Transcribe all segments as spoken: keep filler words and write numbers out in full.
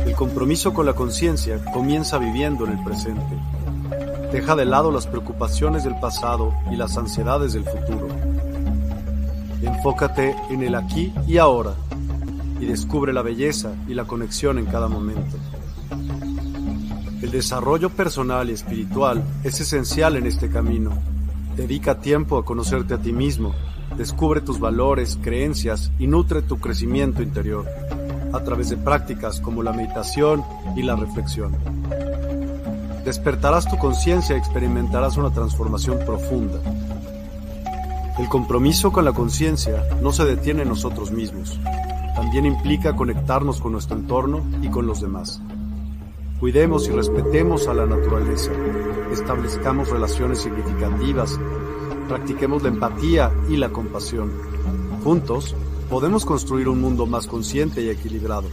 El compromiso con la conciencia comienza viviendo en el presente. Deja de lado las preocupaciones del pasado y las ansiedades del futuro. Enfócate en el aquí y ahora y descubre la belleza y la conexión en cada momento. El desarrollo personal y espiritual es esencial en este camino. Dedica tiempo a conocerte a ti mismo, descubre tus valores, creencias y nutre tu crecimiento interior a través de prácticas como la meditación y la reflexión. Despertarás tu conciencia y experimentarás una transformación profunda. El compromiso con la conciencia no se detiene en nosotros mismos. También implica conectarnos con nuestro entorno y con los demás. Cuidemos y respetemos a la naturaleza. Establezcamos relaciones significativas. Practiquemos la empatía y la compasión. Juntos, podemos construir un mundo más consciente y equilibrado.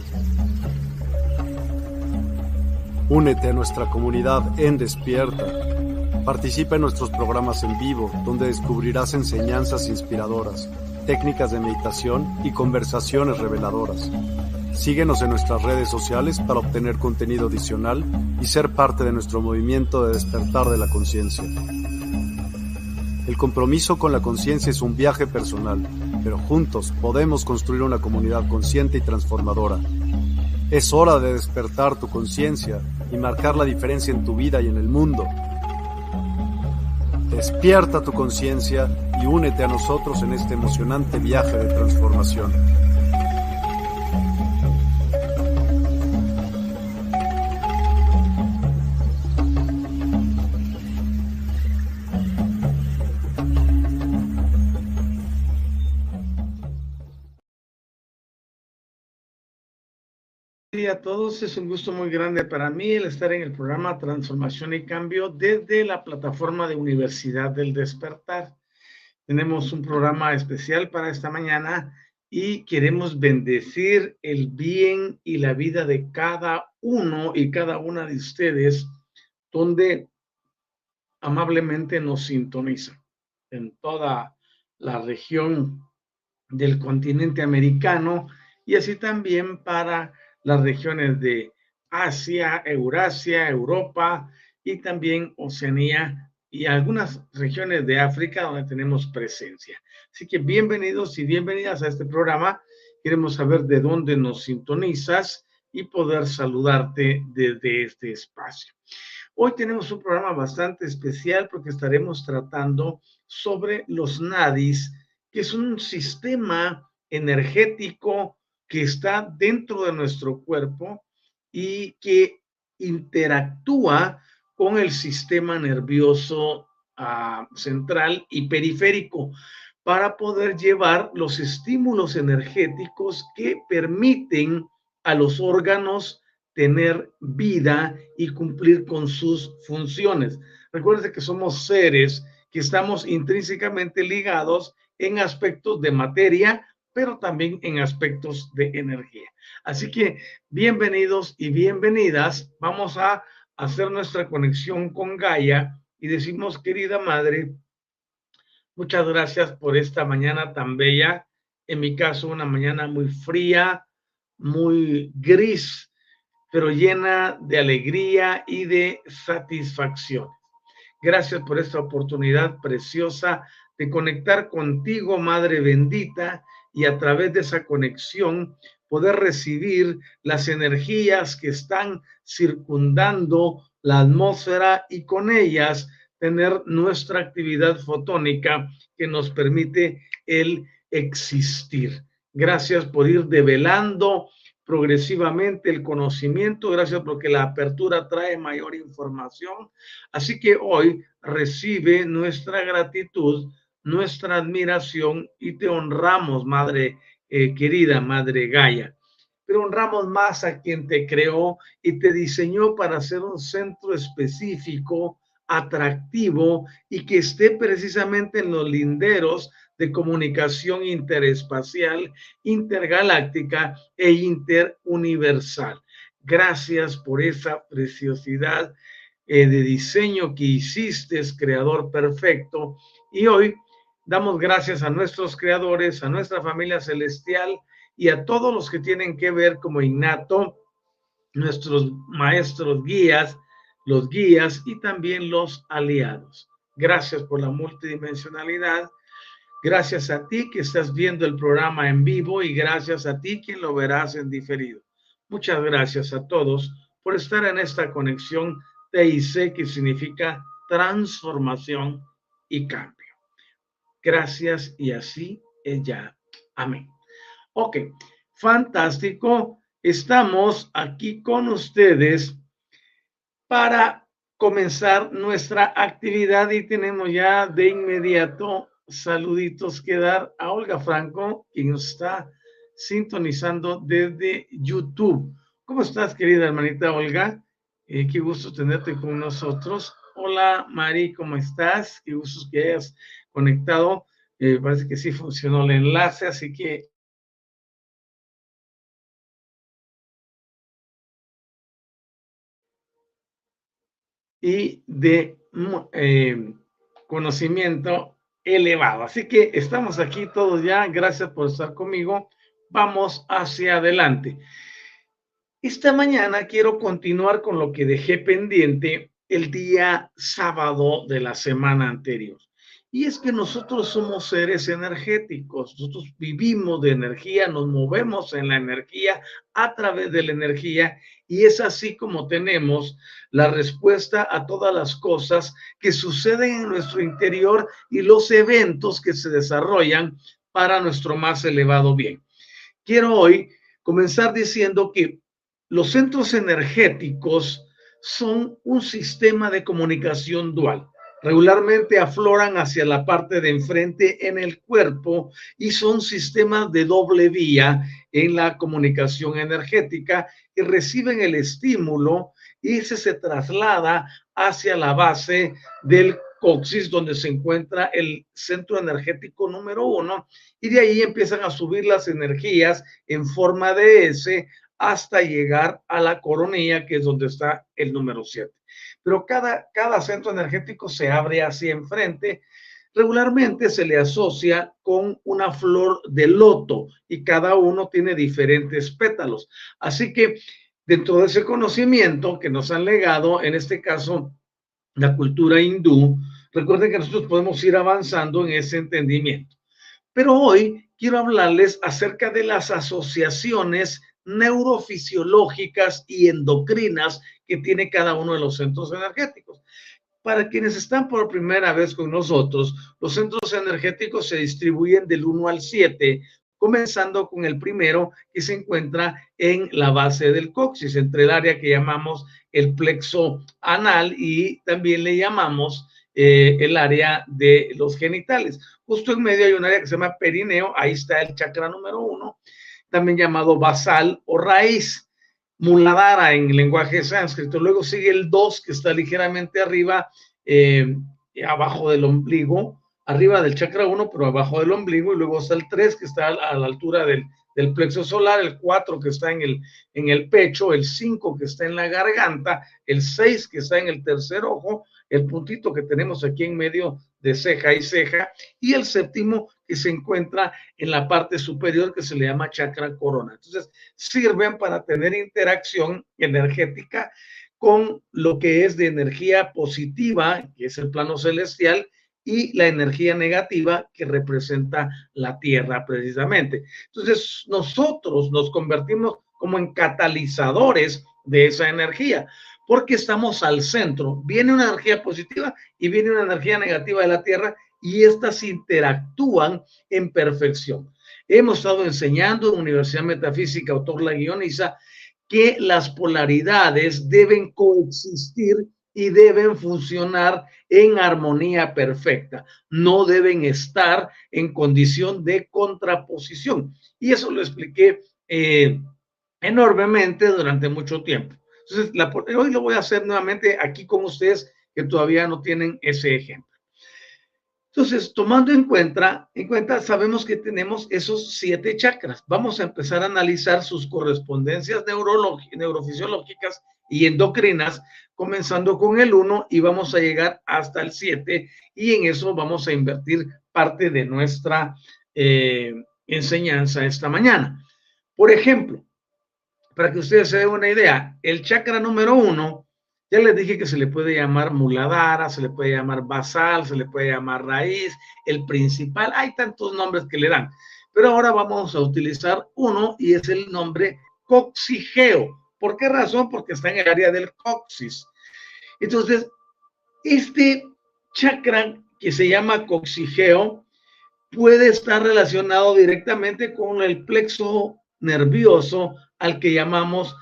Únete a nuestra comunidad en Despierta. Participa en nuestros programas en vivo, donde descubrirás enseñanzas inspiradoras, técnicas de meditación y conversaciones reveladoras. Síguenos en nuestras redes sociales para obtener contenido adicional y ser parte de nuestro movimiento de despertar de la conciencia. El compromiso con la conciencia es un viaje personal, pero juntos podemos construir una comunidad consciente y transformadora. Es hora de despertar tu conciencia y marcar la diferencia en tu vida y en el mundo. Despierta tu conciencia y únete a nosotros en este emocionante viaje de transformación. A todos, es un gusto muy grande para mí el estar en el programa Transformación y Cambio desde la plataforma de Universidad del Despertar. Tenemos un programa especial para esta mañana y queremos bendecir el bien y la vida de cada uno y cada una de ustedes donde amablemente nos sintonizan en toda la región del continente americano y así también para las regiones de Asia, Eurasia, Europa y también Oceanía y algunas regiones de África donde tenemos presencia. Así que bienvenidos y bienvenidas a este programa. Queremos saber de dónde nos sintonizas y poder saludarte desde este espacio. Hoy tenemos un programa bastante especial porque estaremos tratando sobre los nadis, que es un sistema energético que está dentro de nuestro cuerpo y que interactúa con el sistema nervioso uh, central y periférico para poder llevar los estímulos energéticos que permiten a los órganos tener vida y cumplir con sus funciones. Recuerden que somos seres que estamos intrínsecamente ligados en aspectos de materia, pero también en aspectos de energía. Así que bienvenidos y bienvenidas. Vamos a hacer nuestra conexión con Gaia y decimos, querida madre, muchas gracias por esta mañana tan bella. En mi caso, una mañana muy fría, muy gris, pero llena de alegría y de satisfacción. Gracias por esta oportunidad preciosa de conectar contigo, Madre bendita, y a través de esa conexión poder recibir las energías que están circundando la atmósfera y con ellas tener nuestra actividad fotónica que nos permite el existir. Gracias por ir develando progresivamente el conocimiento, gracias porque la apertura trae mayor información. Así que hoy recibe nuestra gratitud, nuestra admiración y te honramos, Madre eh, querida, Madre Gaia. Pero honramos más a quien te creó y te diseñó para ser un centro específico, atractivo y que esté precisamente en los linderos de comunicación interespacial, intergaláctica e interuniversal. Gracias por esa preciosidad eh, de diseño que hiciste, creador perfecto. Y hoy damos gracias a nuestros creadores, a nuestra familia celestial y a todos los que tienen que ver como innato nuestros maestros guías, los guías y también los aliados. Gracias por la multidimensionalidad. Gracias a ti que estás viendo el programa en vivo y gracias a ti quien lo verás en diferido. Muchas gracias a todos por estar en esta conexión T I C, que significa transformación y cambio. Gracias y así es ya. Amén. Ok, fantástico. Estamos aquí con ustedes para comenzar nuestra actividad y tenemos ya de inmediato saluditos que dar a Olga Franco, quien nos está sintonizando desde YouTube. ¿Cómo estás, querida hermanita Olga? Eh, qué gusto tenerte con nosotros. Hola, Mari, ¿cómo estás? Qué gusto que hayas conectado. Eh, parece que sí funcionó el enlace, así que y de eh, conocimiento elevado. Así que estamos aquí todos ya. Gracias por estar conmigo. Vamos hacia adelante. Esta mañana quiero continuar con lo que dejé pendiente el día sábado de la semana anterior. Y es que nosotros somos seres energéticos, nosotros vivimos de energía, nos movemos en la energía, a través de la energía, y es así como tenemos la respuesta a todas las cosas que suceden en nuestro interior y los eventos que se desarrollan para nuestro más elevado bien. Quiero hoy comenzar diciendo que los centros energéticos son un sistema de comunicación dual. Regularmente afloran hacia la parte de enfrente en el cuerpo y son sistemas de doble vía en la comunicación energética que reciben el estímulo y ese se traslada hacia la base del coxis, donde se encuentra el centro energético número uno, y de ahí empiezan a subir las energías en forma de S hasta llegar a la coronilla, que es donde está el número siete. Pero cada, cada centro energético se abre hacia enfrente. Regularmente se le asocia con una flor de loto y cada uno tiene diferentes pétalos. Así que dentro de ese conocimiento que nos han legado, en este caso la cultura hindú, recuerden que nosotros podemos ir avanzando en ese entendimiento. Pero hoy quiero hablarles acerca de las asociaciones neurofisiológicas y endocrinas que tiene cada uno de los centros energéticos. Para quienes están por primera vez con nosotros, los centros energéticos se distribuyen del uno al siete, comenzando con el primero, que se encuentra en la base del coxis, entre el área que llamamos el plexo anal y también le llamamos eh, el área de los genitales. Justo en medio hay un área que se llama perineo, ahí está el chakra número uno, también llamado basal o raíz, Muladhara en lenguaje sánscrito. Luego sigue el dos, que está ligeramente arriba, eh, abajo del ombligo, arriba del chakra uno, pero abajo del ombligo, y luego está el tres, que está a la altura del, del plexo solar, el cuatro, que está en el, en el pecho, el cinco, que está en la garganta, el seis, que está en el tercer ojo, el puntito que tenemos aquí en medio de ceja y ceja, y el séptimo, que se encuentra en la parte superior, que se le llama chakra corona. Entonces, sirven para tener interacción energética con lo que es de energía positiva, que es el plano celestial, y la energía negativa, que representa la Tierra precisamente. Entonces, nosotros nos convertimos como en catalizadores de esa energía, porque estamos al centro. Viene una energía positiva y viene una energía negativa de la Tierra, y estas interactúan en perfección. Hemos estado enseñando en Universidad Metafísica, autor la guioniza, que las polaridades deben coexistir y deben funcionar en armonía perfecta. No deben estar en condición de contraposición. Y eso lo expliqué eh, enormemente durante mucho tiempo. Entonces, la, hoy lo voy a hacer nuevamente aquí con ustedes que todavía no tienen ese ejemplo. Entonces, tomando en cuenta, en cuenta, sabemos que tenemos esos siete chakras. Vamos a empezar a analizar sus correspondencias neurofisiológicas y endocrinas, comenzando con el uno y vamos a llegar hasta el siete, y en eso vamos a invertir parte de nuestra eh, enseñanza esta mañana. Por ejemplo, para que ustedes se den una idea, el chakra número uno, ya les dije que se le puede llamar muladhara, se le puede llamar basal, se le puede llamar raíz, el principal, hay tantos nombres que le dan, pero ahora vamos a utilizar uno y es el nombre coxigeo. ¿Por qué razón? Porque está en el área del coxis. Entonces, este chakra que se llama coxigeo puede estar relacionado directamente con el plexo nervioso al que llamamos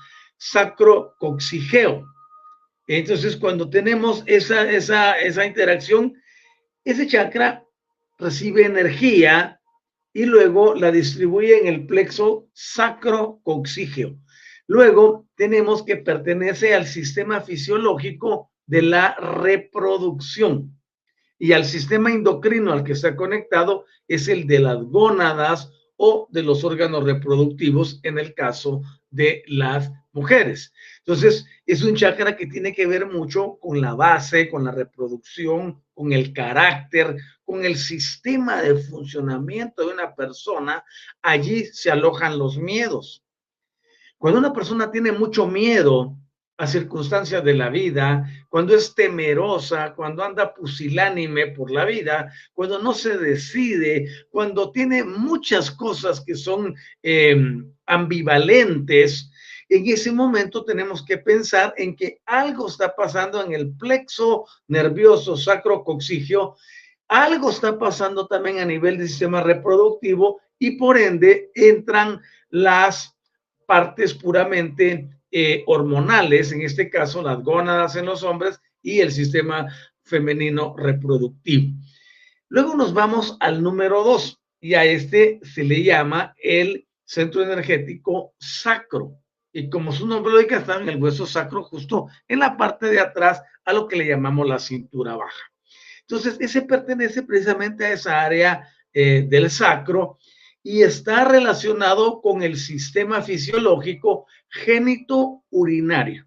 sacrocoxigeo. Entonces, cuando tenemos esa, esa, esa interacción, ese chakra recibe energía y luego la distribuye en el plexo sacrocoxigeo. Luego tenemos que pertenece al sistema fisiológico de la reproducción y al sistema endocrino al que está conectado es el de las gónadas o de los órganos reproductivos en el caso de las mujeres. Entonces, es un chakra que tiene que ver mucho con la base, con la reproducción, con el carácter, con el sistema de funcionamiento de una persona. Allí se alojan los miedos. Cuando una persona tiene mucho miedo a circunstancias de la vida, cuando es temerosa, cuando anda pusilánime por la vida, cuando no se decide, cuando tiene muchas cosas que son eh, ambivalentes, en ese momento tenemos que pensar en que algo está pasando en el plexo nervioso sacrocoxigeo, algo está pasando también a nivel del sistema reproductivo y por ende entran las partes puramente eh, hormonales, en este caso las gónadas en los hombres y el sistema femenino reproductivo. Luego nos vamos al número dos y a este se le llama el centro energético sacro. Y como su nombre lo indica, está en el hueso sacro, justo en la parte de atrás, a lo que le llamamos la cintura baja. Entonces, ese pertenece precisamente a esa área eh, del sacro y está relacionado con el sistema fisiológico génito-urinario.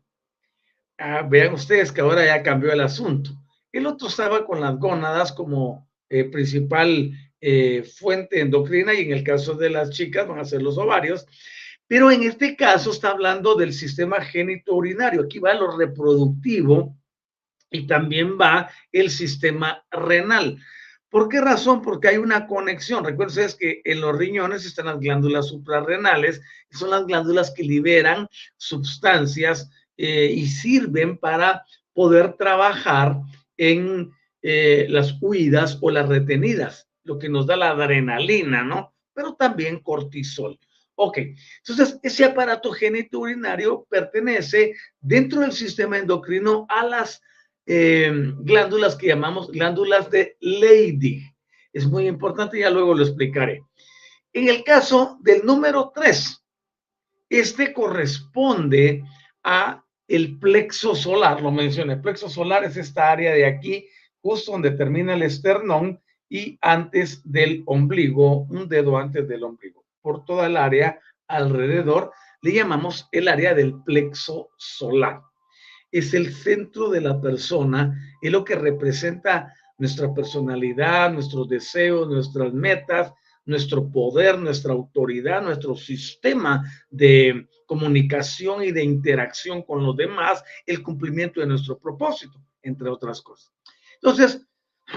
Ah, vean ustedes que ahora ya cambió el asunto. El otro estaba con las gónadas como eh, principal eh, fuente endocrina y en el caso de las chicas van a ser los ovarios. Pero en este caso está hablando del sistema génito-urinario. Aquí va lo reproductivo y también va el sistema renal. ¿Por qué razón? Porque hay una conexión. Recuerden ustedes que en los riñones están las glándulas suprarrenales, que son las glándulas que liberan sustancias eh, y sirven para poder trabajar en eh, las huidas o las retenidas, lo que nos da la adrenalina, ¿no? Pero también cortisol. Ok, entonces ese aparato genitourinario pertenece dentro del sistema endocrino a las eh, glándulas que llamamos glándulas de Leydig. Es muy importante, ya luego lo explicaré. En el caso del número tres, este corresponde a el plexo solar, lo mencioné, el plexo solar es esta área de aquí, justo donde termina el esternón y antes del ombligo, un dedo antes del ombligo. Por toda el área alrededor, le llamamos el área del plexo solar. Es el centro de la persona, es lo que representa nuestra personalidad, nuestros deseos, nuestras metas, nuestro poder, nuestra autoridad, nuestro sistema de comunicación y de interacción con los demás, el cumplimiento de nuestro propósito, entre otras cosas. Entonces,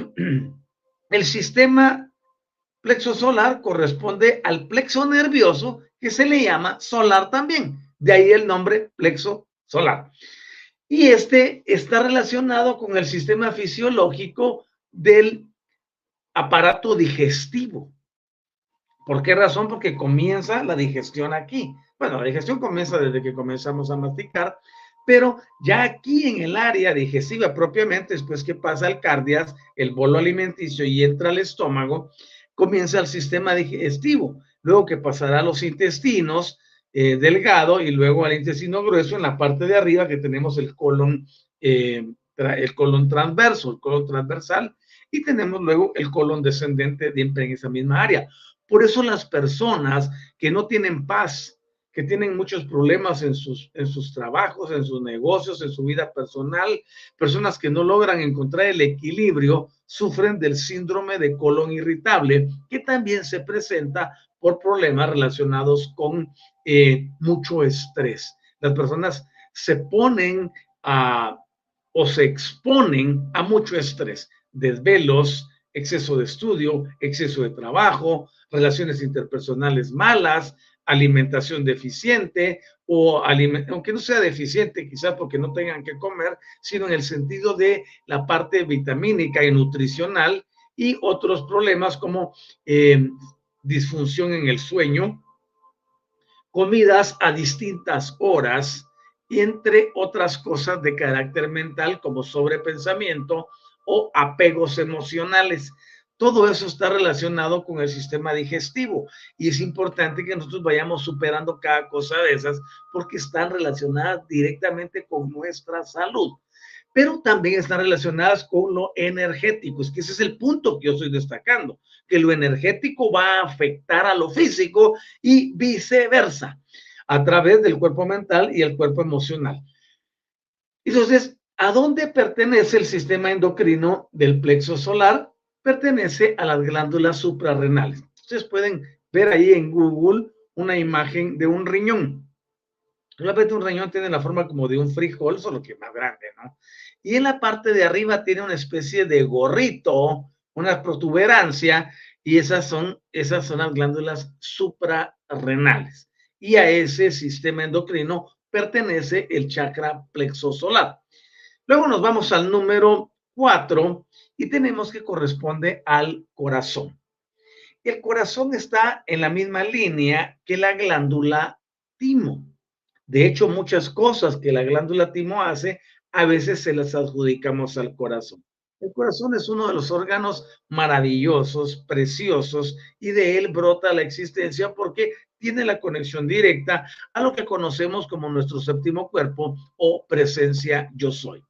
el sistema plexo solar corresponde al plexo nervioso que se le llama solar también, de ahí el nombre plexo solar. Y este está relacionado con el sistema fisiológico del aparato digestivo. ¿Por qué razón? Porque comienza la digestión aquí. Bueno, la digestión comienza desde que comenzamos a masticar, pero ya aquí en el área digestiva propiamente, después que pasa al cardias, el bolo alimenticio y entra al estómago, comienza el sistema digestivo, luego que pasará a los intestinos eh, delgado y luego al intestino grueso en la parte de arriba que tenemos el colon, eh, el colon transverso, el colon transversal y tenemos luego el colon descendente en esa misma área. Por eso las personas que no tienen paz, que tienen muchos problemas en sus, en sus trabajos, en sus negocios, en su vida personal, personas que no logran encontrar el equilibrio, sufren del síndrome de colon irritable, que también se presenta por problemas relacionados con eh, mucho estrés. Las personas se ponen a, o se exponen a mucho estrés, desvelos, exceso de estudio, exceso de trabajo, relaciones interpersonales malas, alimentación deficiente o aliment aunque no sea deficiente, quizás porque no tengan que comer, sino en el sentido de la parte vitamínica y nutricional y otros problemas como eh, disfunción en el sueño, comidas a distintas horas, y entre otras cosas de carácter mental como sobrepensamiento o apegos emocionales. Todo eso está relacionado con el sistema digestivo y es importante que nosotros vayamos superando cada cosa de esas porque están relacionadas directamente con nuestra salud, pero también están relacionadas con lo energético. Es que ese es el punto que yo estoy destacando, que lo energético va a afectar a lo físico y viceversa, a través del cuerpo mental y el cuerpo emocional. Entonces, ¿a dónde pertenece el sistema endocrino del plexo solar? Pertenece a las glándulas suprarrenales. Ustedes pueden ver ahí en Google una imagen de un riñón. Solamente un riñón tiene la forma como de un frijol, solo que más grande, ¿no? Y en la parte de arriba tiene una especie de gorrito, una protuberancia, y esas son, esas son las glándulas suprarrenales. Y a ese sistema endocrino pertenece el chakra plexo solar. Luego nos vamos al número cuatro y tenemos que corresponde al corazón. El corazón está en la misma línea que la glándula timo. De hecho, muchas cosas que la glándula timo hace, a veces se las adjudicamos al corazón. El corazón es uno de los órganos maravillosos, preciosos, y de él brota la existencia porque tiene la conexión directa a lo que conocemos como nuestro séptimo cuerpo o presencia yo soy.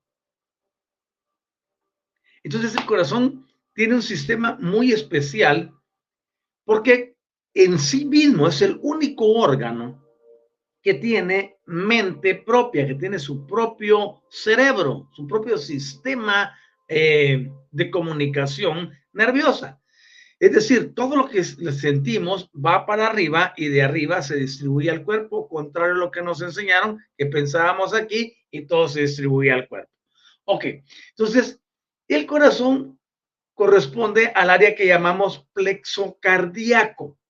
Entonces el corazón tiene un sistema muy especial porque en sí mismo es el único órgano que tiene mente propia, que tiene su propio cerebro, su propio sistema eh, de comunicación nerviosa. Es decir, todo lo que sentimos va para arriba y de arriba se distribuye al cuerpo, contrario a lo que nos enseñaron, que pensábamos aquí y todo se distribuye al cuerpo. Ok, entonces el corazón corresponde al área que llamamos plexo cardíaco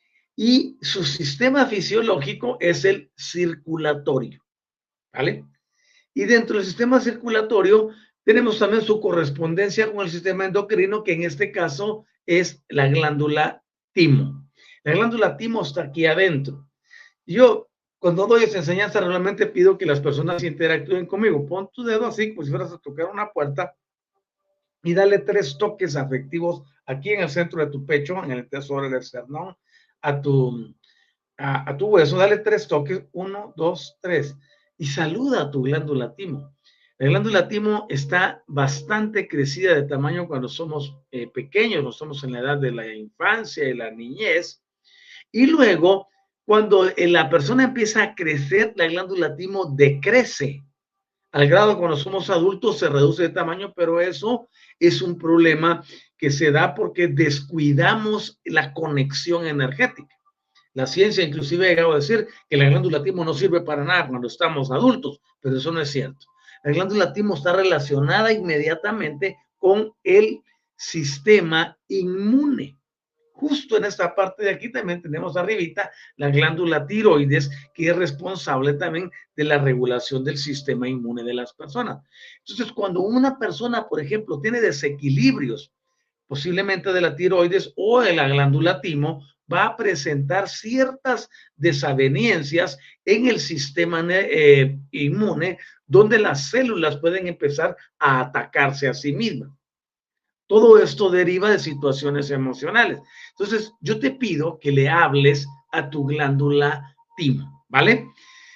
y su sistema fisiológico es el circulatorio, ¿vale? Y dentro del sistema circulatorio tenemos también su correspondencia con el sistema endocrino, que en este caso es la glándula timo. La glándula timo está aquí adentro. Yo, cuando doy esa enseñanza, realmente pido que las personas interactúen conmigo. Pon tu dedo así, como si fueras a tocar una puerta, y dale tres toques afectivos aquí en el centro de tu pecho, en el tesoro del esternón, a tu, a, a tu hueso, dale tres toques, uno, dos, tres, y saluda a tu glándula timo. La glándula timo está bastante crecida de tamaño cuando somos eh, pequeños, no somos en la edad de la infancia y la niñez, y luego cuando la persona empieza a crecer, la glándula timo decrece, al grado cuando somos adultos se reduce de tamaño, pero eso es un problema que se da porque descuidamos la conexión energética. La ciencia inclusive ha llegado a decir que la glándula timo no sirve para nada cuando estamos adultos, pero eso no es cierto. La glándula timo está relacionada inmediatamente con el sistema inmune. Justo en esta parte de aquí también tenemos arribita la glándula tiroides, que es responsable también de la regulación del sistema inmune de las personas. Entonces, cuando una persona, por ejemplo, tiene desequilibrios, posiblemente de la tiroides o de la glándula timo, va a presentar ciertas desavenencias en el sistema eh, inmune, donde las células pueden empezar a atacarse a sí mismas. Todo esto deriva de situaciones emocionales. Entonces, yo te pido que le hables a tu glándula timo, ¿vale?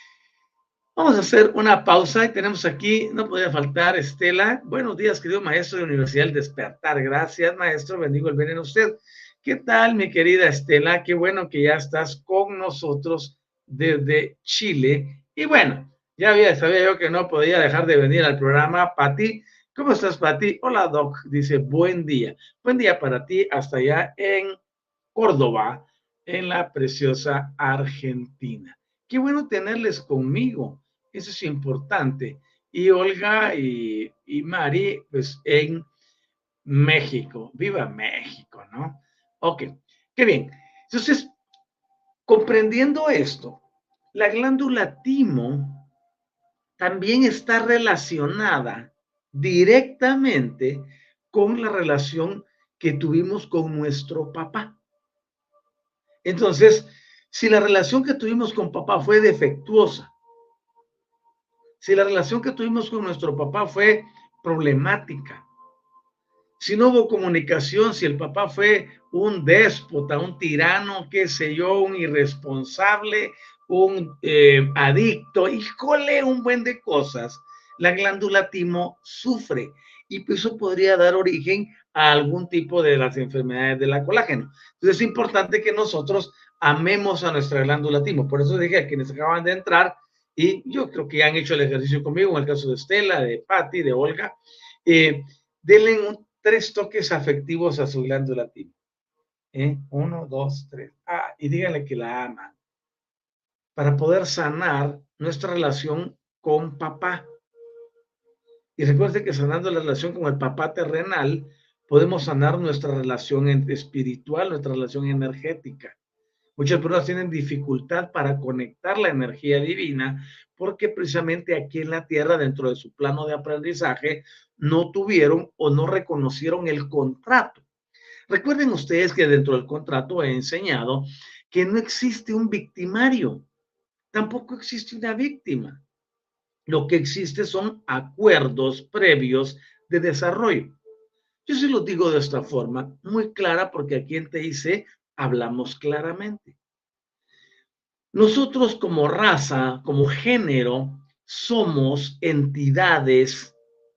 Vamos a hacer una pausa y tenemos aquí, no podía faltar, Estela. Buenos días, querido maestro de Universidad del Despertar. Gracias, maestro. Bendigo el bien en usted. ¿Qué tal, mi querida Estela? Qué bueno que ya estás con nosotros desde Chile. Y bueno, ya había, sabía yo que no podía dejar de venir al programa. Pati, ¿cómo estás, Pati? Hola, Doc. Dice, buen día. Buen día para ti hasta allá en Córdoba, en la preciosa Argentina. Qué bueno tenerles conmigo, eso es importante. Y Olga y, y Mari, pues en México. ¡Viva México!, ¿no? Ok, qué bien. Entonces, comprendiendo esto, la glándula timo también está relacionada directamente con la relación que tuvimos con nuestro papá. Entonces, si la relación que tuvimos con papá fue defectuosa, si la relación que tuvimos con nuestro papá fue problemática, si no hubo comunicación, si el papá fue un déspota, un tirano, qué sé yo, un irresponsable, un eh, adicto, híjole, un buen de cosas, la glándula timo sufre y eso podría dar origen a algún tipo de las enfermedades de la colágeno. Entonces es importante que nosotros amemos a nuestra glándula timo. Por eso dije a quienes acaban de entrar, y yo creo que han hecho el ejercicio conmigo, en el caso de Estela, de Patti, de Olga, eh, denle un tres toques afectivos a su glándula timo. ¿Eh? Uno, dos, tres. Ah, y díganle que la aman. Para poder sanar nuestra relación con papá. Y recuerden que sanando la relación con el papá terrenal, podemos sanar nuestra relación espiritual, nuestra relación energética. Muchas personas tienen dificultad para conectar la energía divina porque precisamente aquí en la tierra, dentro de su plano de aprendizaje, no tuvieron o no reconocieron el contrato. Recuerden ustedes que dentro del contrato he enseñado que no existe un victimario, tampoco existe una víctima. Lo que existe son acuerdos previos de desarrollo. Yo se lo digo de esta forma, muy clara, porque aquí en T I C hablamos claramente. Nosotros como raza, como género, somos entidades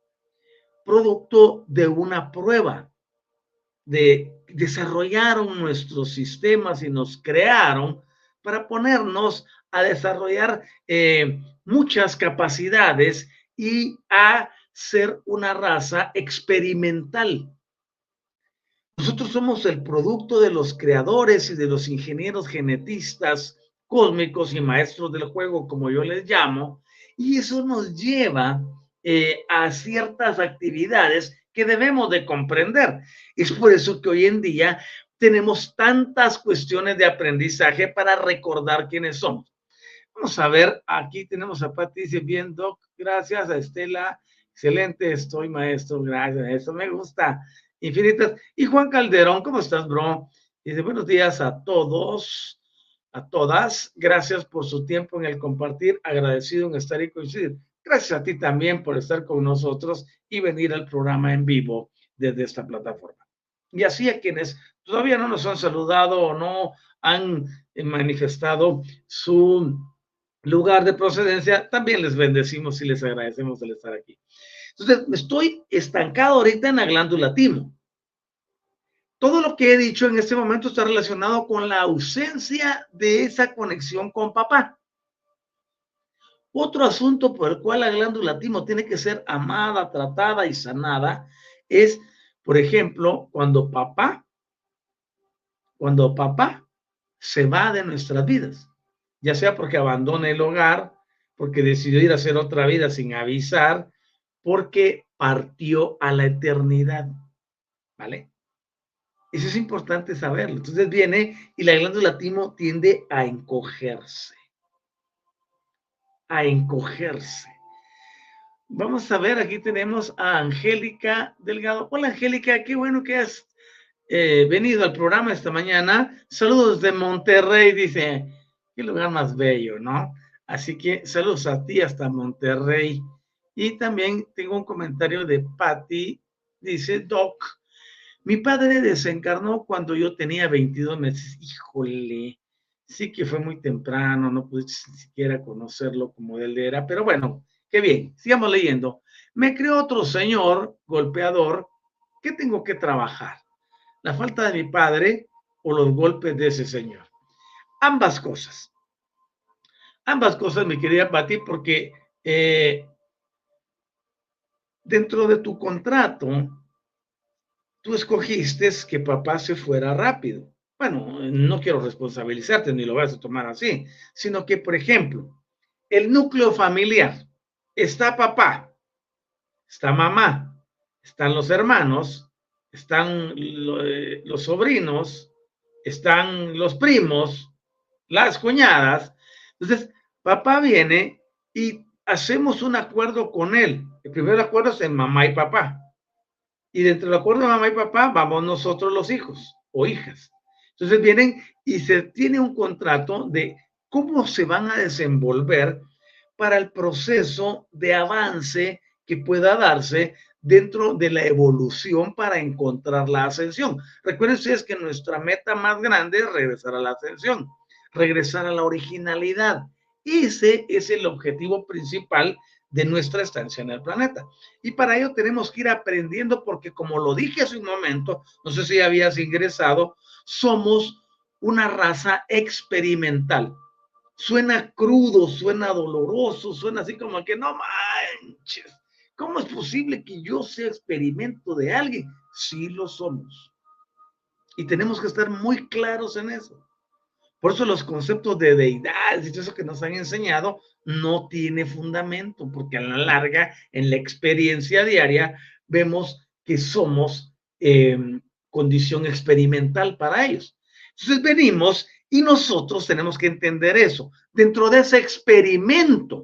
producto de una prueba, de desarrollaron nuestros sistemas y nos crearon para ponernos a desarrollar eh, muchas capacidades y a ser una raza experimental. Nosotros somos el producto de los creadores y de los ingenieros genetistas cósmicos y maestros del juego, como yo les llamo, y eso nos lleva eh, a ciertas actividades que debemos de comprender. Es por eso que hoy en día tenemos tantas cuestiones de aprendizaje para recordar quiénes somos. Vamos a ver, aquí tenemos a Pati, dice, bien, Doc, gracias, a Estela, excelente, estoy maestro, gracias, eso me gusta, infinitas. Y Juan Calderón, ¿cómo estás, bro? Dice, buenos días a todos, a todas, gracias por su tiempo en el compartir, agradecido en estar y coincidir. Gracias a ti también por estar con nosotros y venir al programa en vivo desde esta plataforma. Y así a quienes todavía no nos han saludado o no han manifestado su lugar de procedencia, también les bendecimos y les agradecemos el estar aquí. Entonces, estoy estancado ahorita en la glándula timo. Todo lo que he dicho en este momento está relacionado con la ausencia de esa conexión con papá. Otro asunto por el cual la glándula timo tiene que ser amada, tratada y sanada es, por ejemplo, cuando papá, cuando papá se va de nuestras vidas, ya sea porque abandona el hogar, porque decidió ir a hacer otra vida sin avisar, porque partió a la eternidad, ¿vale? Eso es importante saberlo. Entonces viene y la glándula timo tiende a encogerse, a encogerse. Vamos a ver, aquí tenemos a Angélica Delgado. Hola, Angélica, qué bueno que has eh, venido al programa esta mañana. Saludos de Monterrey, dice, qué lugar más bello, ¿no? Así que saludos a ti hasta Monterrey. Y también tengo un comentario de Patti, dice, Doc, mi padre desencarnó cuando yo tenía veintidós meses. Híjole, sí que fue muy temprano, no pude ni siquiera conocerlo como él era, pero bueno, qué bien, sigamos leyendo. Me creó otro señor golpeador. ¿Qué tengo que trabajar? ¿La falta de mi padre o los golpes de ese señor? Ambas cosas. Ambas cosas, mi querida Patti, porque eh, dentro de tu contrato, tú escogiste que papá se fuera rápido. bueno, no quiero responsabilizarte ni lo vas a tomar así, sino que, por ejemplo, el núcleo familiar, está papá, está mamá, están los hermanos, están los sobrinos, están los primos, las cuñadas. Entonces, papá viene y hacemos un acuerdo con él. El primer acuerdo es en mamá y papá. Y dentro del acuerdo de mamá y papá vamos nosotros los hijos o hijas. Entonces vienen y se tiene un contrato de cómo se van a desenvolver para el proceso de avance que pueda darse dentro de la evolución para encontrar la ascensión. Recuerden ustedes que nuestra meta más grande es regresar a la ascensión, regresar a la originalidad. Ese es el objetivo principal de nuestra estancia en el planeta. Y para ello tenemos que ir aprendiendo porque, como lo dije hace un momento, no sé si habías ingresado, somos una raza experimental. Suena crudo, suena doloroso, suena así como que no manches. ¿Cómo es posible que yo sea experimento de alguien? Sí lo somos. Y tenemos que estar muy claros en eso. Por eso los conceptos de deidades y todo eso que nos han enseñado no tiene fundamento, porque a la larga, en la experiencia diaria, vemos que somos eh, condición experimental para ellos. Entonces venimos y nosotros tenemos que entender eso. Dentro de ese experimento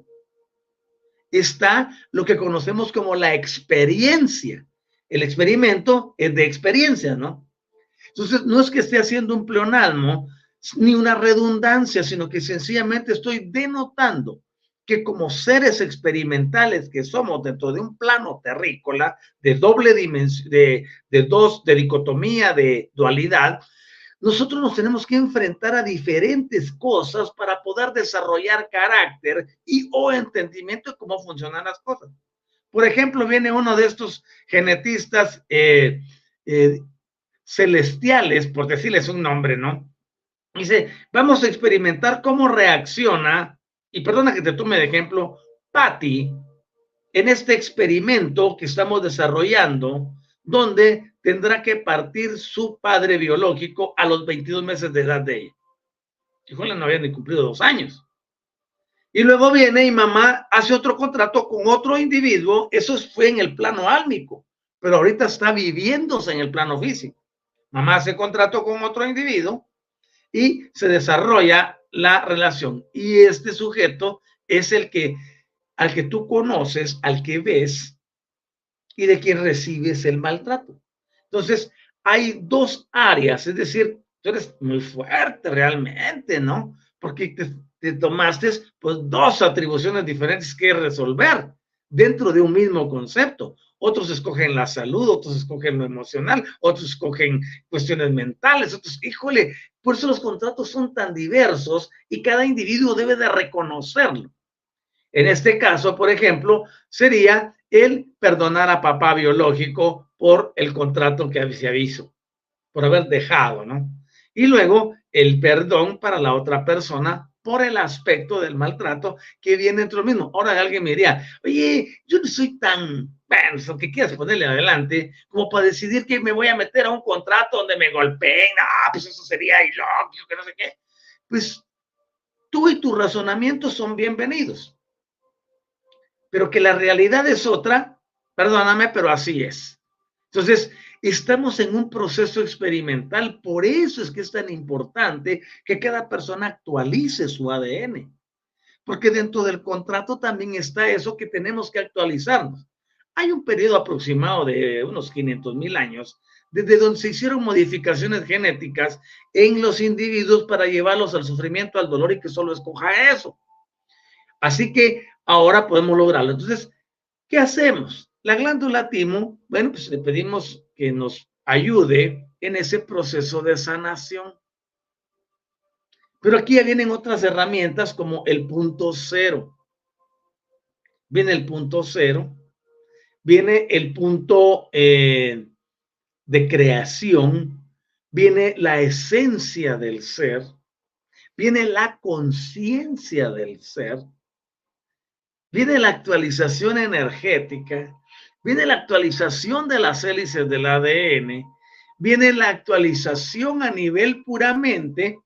está lo que conocemos como la experiencia. El experimento es de experiencia, ¿no? Entonces no es que esté haciendo un pleonasmo, ni una redundancia, sino que sencillamente estoy denotando que como seres experimentales que somos dentro de un plano terrícola de doble dimensión, de, de dos, de dicotomía, de dualidad, nosotros nos tenemos que enfrentar a diferentes cosas para poder desarrollar carácter y o entendimiento de cómo funcionan las cosas. Por ejemplo, viene uno de estos genetistas eh, eh, celestiales, por decirles un nombre, ¿no? Dice, vamos a experimentar cómo reacciona, y perdona que te tome de ejemplo, Patty, en este experimento que estamos desarrollando, donde tendrá que partir su padre biológico a los veintidós meses de edad de ella. Híjole, no había ni cumplido dos años. Y luego viene y mamá hace otro contrato con otro individuo, eso fue en el plano álmico, pero ahorita está viviéndose en el plano físico. Mamá hace contrato con otro individuo, y se desarrolla la relación. Y este sujeto es el que, al que tú conoces, al que ves y de quien recibes el maltrato. Entonces, hay dos áreas, es decir, tú eres muy fuerte realmente, ¿no? Porque te, te tomaste pues dos atribuciones diferentes que resolver dentro de un mismo concepto. Otros escogen la salud, otros escogen lo emocional, otros escogen cuestiones mentales, otros, híjole, por eso los contratos son tan diversos y cada individuo debe de reconocerlo. En este caso, por ejemplo, sería el perdonar a papá biológico por el contrato que se avisó, por haber dejado, ¿no? Y luego el perdón para la otra persona por el aspecto del maltrato que viene dentro del mismo. Ahora alguien me diría, oye, yo no soy tan penso que quieras ponerle adelante como para decidir que me voy a meter a un contrato donde me golpeen. No, pues eso sería ilógico, que no sé qué. Pues tú y tu razonamiento son bienvenidos. Pero que la realidad es otra, perdóname, pero así es. Entonces, estamos en un proceso experimental, por eso es que es tan importante que cada persona actualice su A D N, porque dentro del contrato también está eso que tenemos que actualizarnos. Hay un periodo aproximado de unos quinientos mil años, desde donde se hicieron modificaciones genéticas en los individuos para llevarlos al sufrimiento, al dolor y que solo escoja eso. Así que ahora podemos lograrlo. Entonces, ¿qué hacemos? La glándula timo, bueno, pues le pedimos que nos ayude en ese proceso de sanación. Pero aquí ya vienen otras herramientas como el punto cero. Viene el punto cero, viene el punto eh, de creación, viene la esencia del ser, viene la conciencia del ser, viene la actualización energética, viene la actualización de las hélices del A D N, viene la actualización a nivel puramente,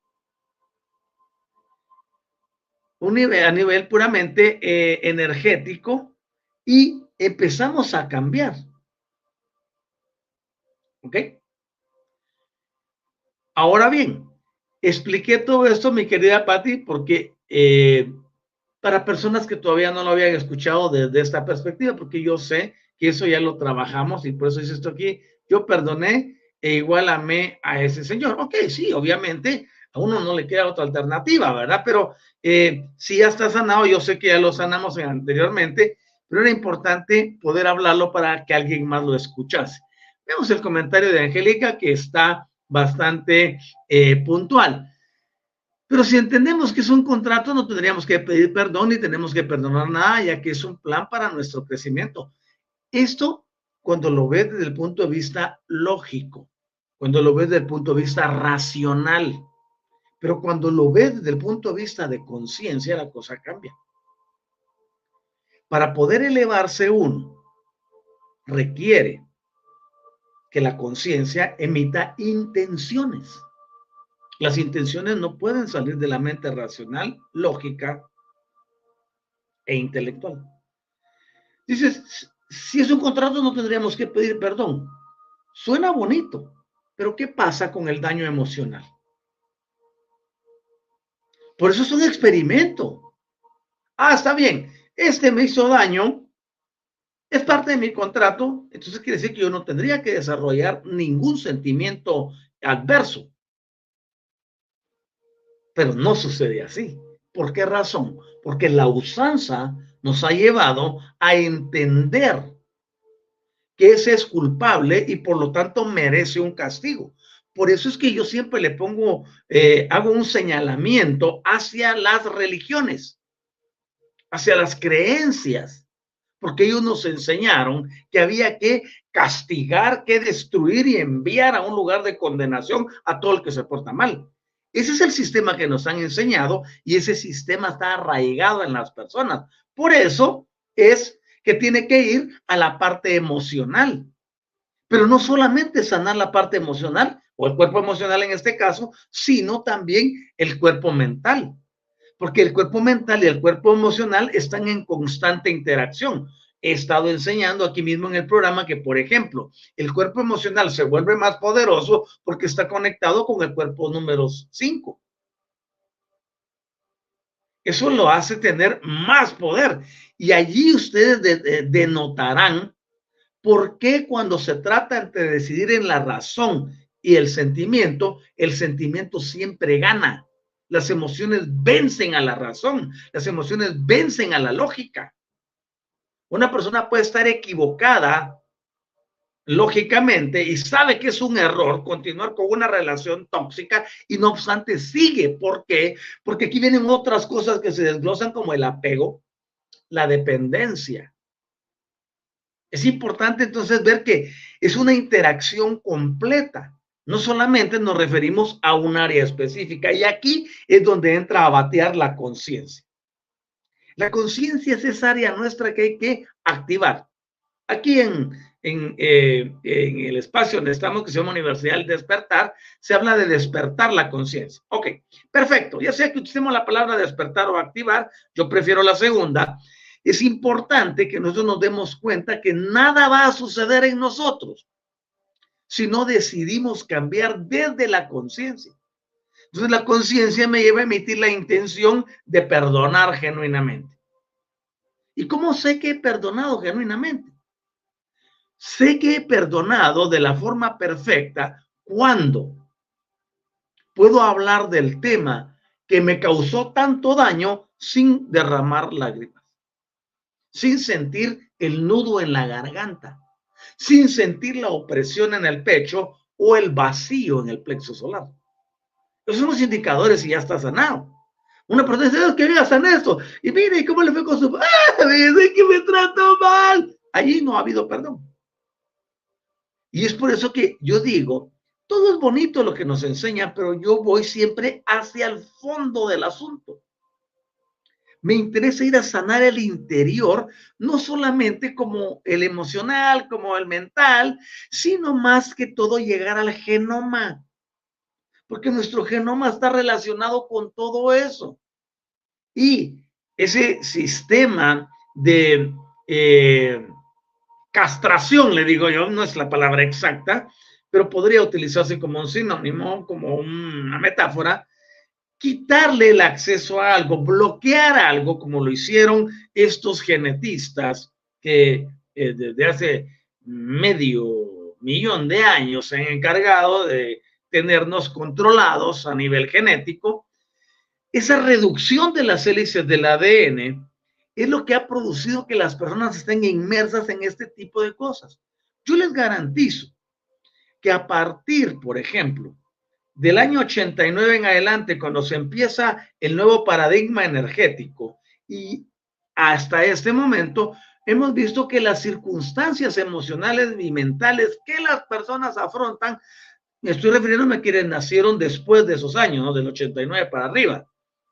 un nivel, a nivel puramente eh, energético, y empezamos a cambiar. ¿Ok? Ahora bien, expliqué todo esto, mi querida Patti, porque eh, para personas que todavía no lo habían escuchado desde esta perspectiva, porque yo sé que eso ya lo trabajamos y por eso hice esto aquí. Yo perdoné e igual amé a ese señor. Ok, sí, obviamente a uno no le queda otra alternativa, ¿verdad? Pero eh, si ya está sanado, yo sé que ya lo sanamos anteriormente, pero era importante poder hablarlo para que alguien más lo escuchase. Vemos el comentario de Angélica, que está bastante eh, puntual. Pero si entendemos que es un contrato, no tendríamos que pedir perdón ni tenemos que perdonar nada, ya que es un plan para nuestro crecimiento. Esto, cuando lo ves desde el punto de vista lógico, cuando lo ves desde el punto de vista racional, pero cuando lo ves desde el punto de vista de conciencia, la cosa cambia. Para poder elevarse uno, requiere que la conciencia emita intenciones. Las intenciones no pueden salir de la mente racional, lógica e intelectual. Dices, si es un contrato no tendríamos que pedir perdón. Suena bonito, pero ¿qué pasa con el daño emocional? Por eso es un experimento. Ah, está bien, este me hizo daño, es parte de mi contrato, entonces quiere decir que yo no tendría que desarrollar ningún sentimiento adverso. Pero no sucede así. ¿Por qué razón? Porque la usanza nos ha llevado a entender que ese es culpable y por lo tanto merece un castigo. Por eso es que yo siempre le pongo, eh, hago un señalamiento hacia las religiones, hacia las creencias, porque ellos nos enseñaron que había que castigar, que destruir y enviar a un lugar de condenación a todo el que se porta mal. Ese es el sistema que nos han enseñado y ese sistema está arraigado en las personas. Por eso es que tiene que ir a la parte emocional. Pero no solamente sanar la parte emocional o el cuerpo emocional en este caso, sino también el cuerpo mental. Porque el cuerpo mental y el cuerpo emocional están en constante interacción. He estado enseñando aquí mismo en el programa que, por ejemplo, el cuerpo emocional se vuelve más poderoso porque está conectado con el cuerpo número cinco. Eso lo hace tener más poder. Y allí ustedes de, de, denotarán por qué cuando se trata de decidir en la razón y el sentimiento, el sentimiento siempre gana. Las emociones vencen a la razón, las emociones vencen a la lógica. Una persona puede estar equivocada lógicamente y sabe que es un error continuar con una relación tóxica y no obstante sigue. ¿Por qué? Porque aquí vienen otras cosas que se desglosan como el apego, la dependencia. Es importante entonces ver que es una interacción completa. No solamente nos referimos a un área específica y aquí es donde entra a batear la conciencia. La conciencia es esa área nuestra que hay que activar. Aquí en, en, eh, en el espacio donde estamos, que se llama Universidad del Despertar, se habla de despertar la conciencia. Ok, perfecto. Ya sea que utilicemos la palabra despertar o activar, yo prefiero la segunda. Es importante que nosotros nos demos cuenta que nada va a suceder en nosotros si no decidimos cambiar desde la conciencia. Entonces la conciencia me lleva a emitir la intención de perdonar genuinamente. ¿Y cómo sé que he perdonado genuinamente? Sé que he perdonado de la forma perfecta cuando puedo hablar del tema que me causó tanto daño sin derramar lágrimas, sin sentir el nudo en la garganta, sin sentir la opresión en el pecho o el vacío en el plexo solar. Esos son los indicadores y ya está sanado. Una persona dice, ¿qué quería sanar esto? Y mire, ¿cómo le fue con su... ¡Ah! Dice que me trató mal. Allí no ha habido perdón. Y es por eso que yo digo, todo es bonito lo que nos enseña, pero yo voy siempre hacia el fondo del asunto. Me interesa ir a sanar el interior, no solamente como el emocional, como el mental, sino más que todo llegar al genoma, porque nuestro genoma está relacionado con todo eso. Y ese sistema de eh, castración, le digo yo, no es la palabra exacta, pero podría utilizarse como un sinónimo, como una metáfora, quitarle el acceso a algo, bloquear algo, como lo hicieron estos genetistas que eh, desde hace medio millón de años se han encargado de tenernos controlados a nivel genético. Esa reducción de las hélices del A D N es lo que ha producido que las personas estén inmersas en este tipo de cosas. Yo les garantizo que a partir, por ejemplo, del año ochenta y nueve en adelante, cuando se empieza el nuevo paradigma energético y hasta este momento, hemos visto que las circunstancias emocionales y mentales que las personas afrontan, me estoy refiriéndome a quienes nacieron después de esos años, ¿no? Del ochenta y nueve para arriba,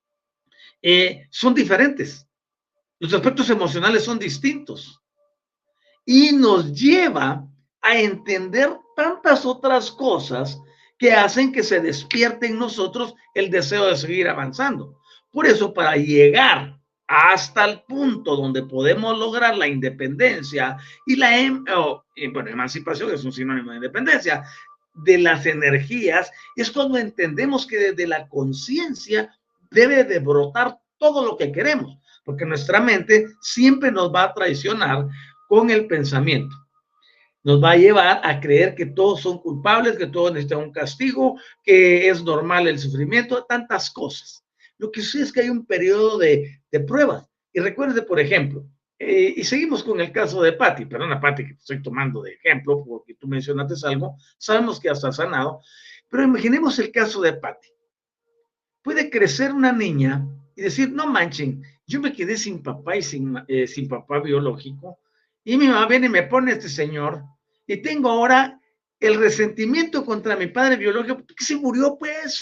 eh, son diferentes. Los aspectos emocionales son distintos y nos lleva a entender tantas otras cosas que hacen que se despierte en nosotros el deseo de seguir avanzando. Por eso, para llegar hasta el punto donde podemos lograr la independencia y la em oh, bueno, emancipación es un sinónimo de independencia de las energías, es cuando entendemos que desde la conciencia debe de brotar todo lo que queremos, porque nuestra mente siempre nos va a traicionar con el pensamiento. Nos va a llevar a creer que todos son culpables, que todos necesitan un castigo, que es normal el sufrimiento, tantas cosas. Lo que sí es que hay un periodo de, de pruebas. Y recuerde, por ejemplo, eh, y seguimos con el caso de Patti, perdona Patti que te estoy tomando de ejemplo porque tú mencionaste algo, sabemos que hasta sanado, pero imaginemos el caso de Patti. Puede crecer una niña y decir, no manchen, yo me quedé sin papá y sin, eh, sin papá biológico, y mi mamá viene y me pone a este señor, y tengo ahora el resentimiento contra mi padre biológico, porque se murió, pues.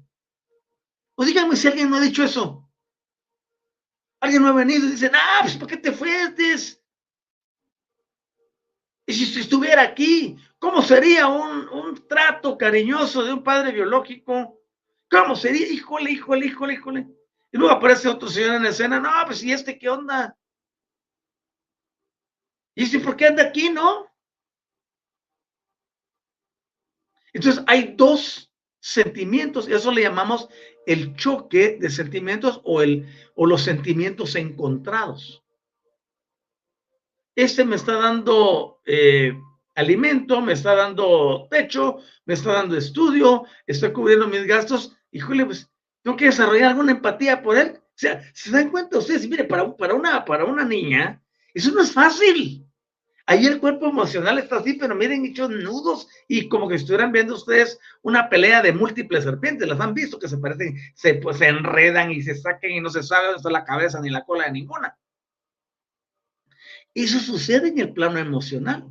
O díganme si alguien no ha dicho eso. Alguien no ha venido y dice, ah, pues ¿por qué te fuiste? Y si estuviera aquí, ¿cómo sería un, un trato cariñoso de un padre biológico? ¿Cómo sería? Híjole, híjole, híjole, híjole. Y luego aparece otro señor en la escena, no, pues ¿y este qué onda? ¿Y este por qué anda aquí, no? Entonces hay dos sentimientos, eso le llamamos el choque de sentimientos o, el, o los sentimientos encontrados. Este me está dando eh, alimento, me está dando techo, me está dando estudio, estoy cubriendo mis gastos, híjole, pues tengo que desarrollar alguna empatía por él. O sea, se dan cuenta ustedes, mire, para, para, una, para una niña, eso no es fácil. Ahí el cuerpo emocional está así, pero miren, hechos nudos y como que estuvieran viendo ustedes una pelea de múltiples serpientes. Las han visto que se parecen, se, pues, se enredan y se sacan y no se sabe dónde está la cabeza ni la cola de ninguna. Eso sucede en el plano emocional.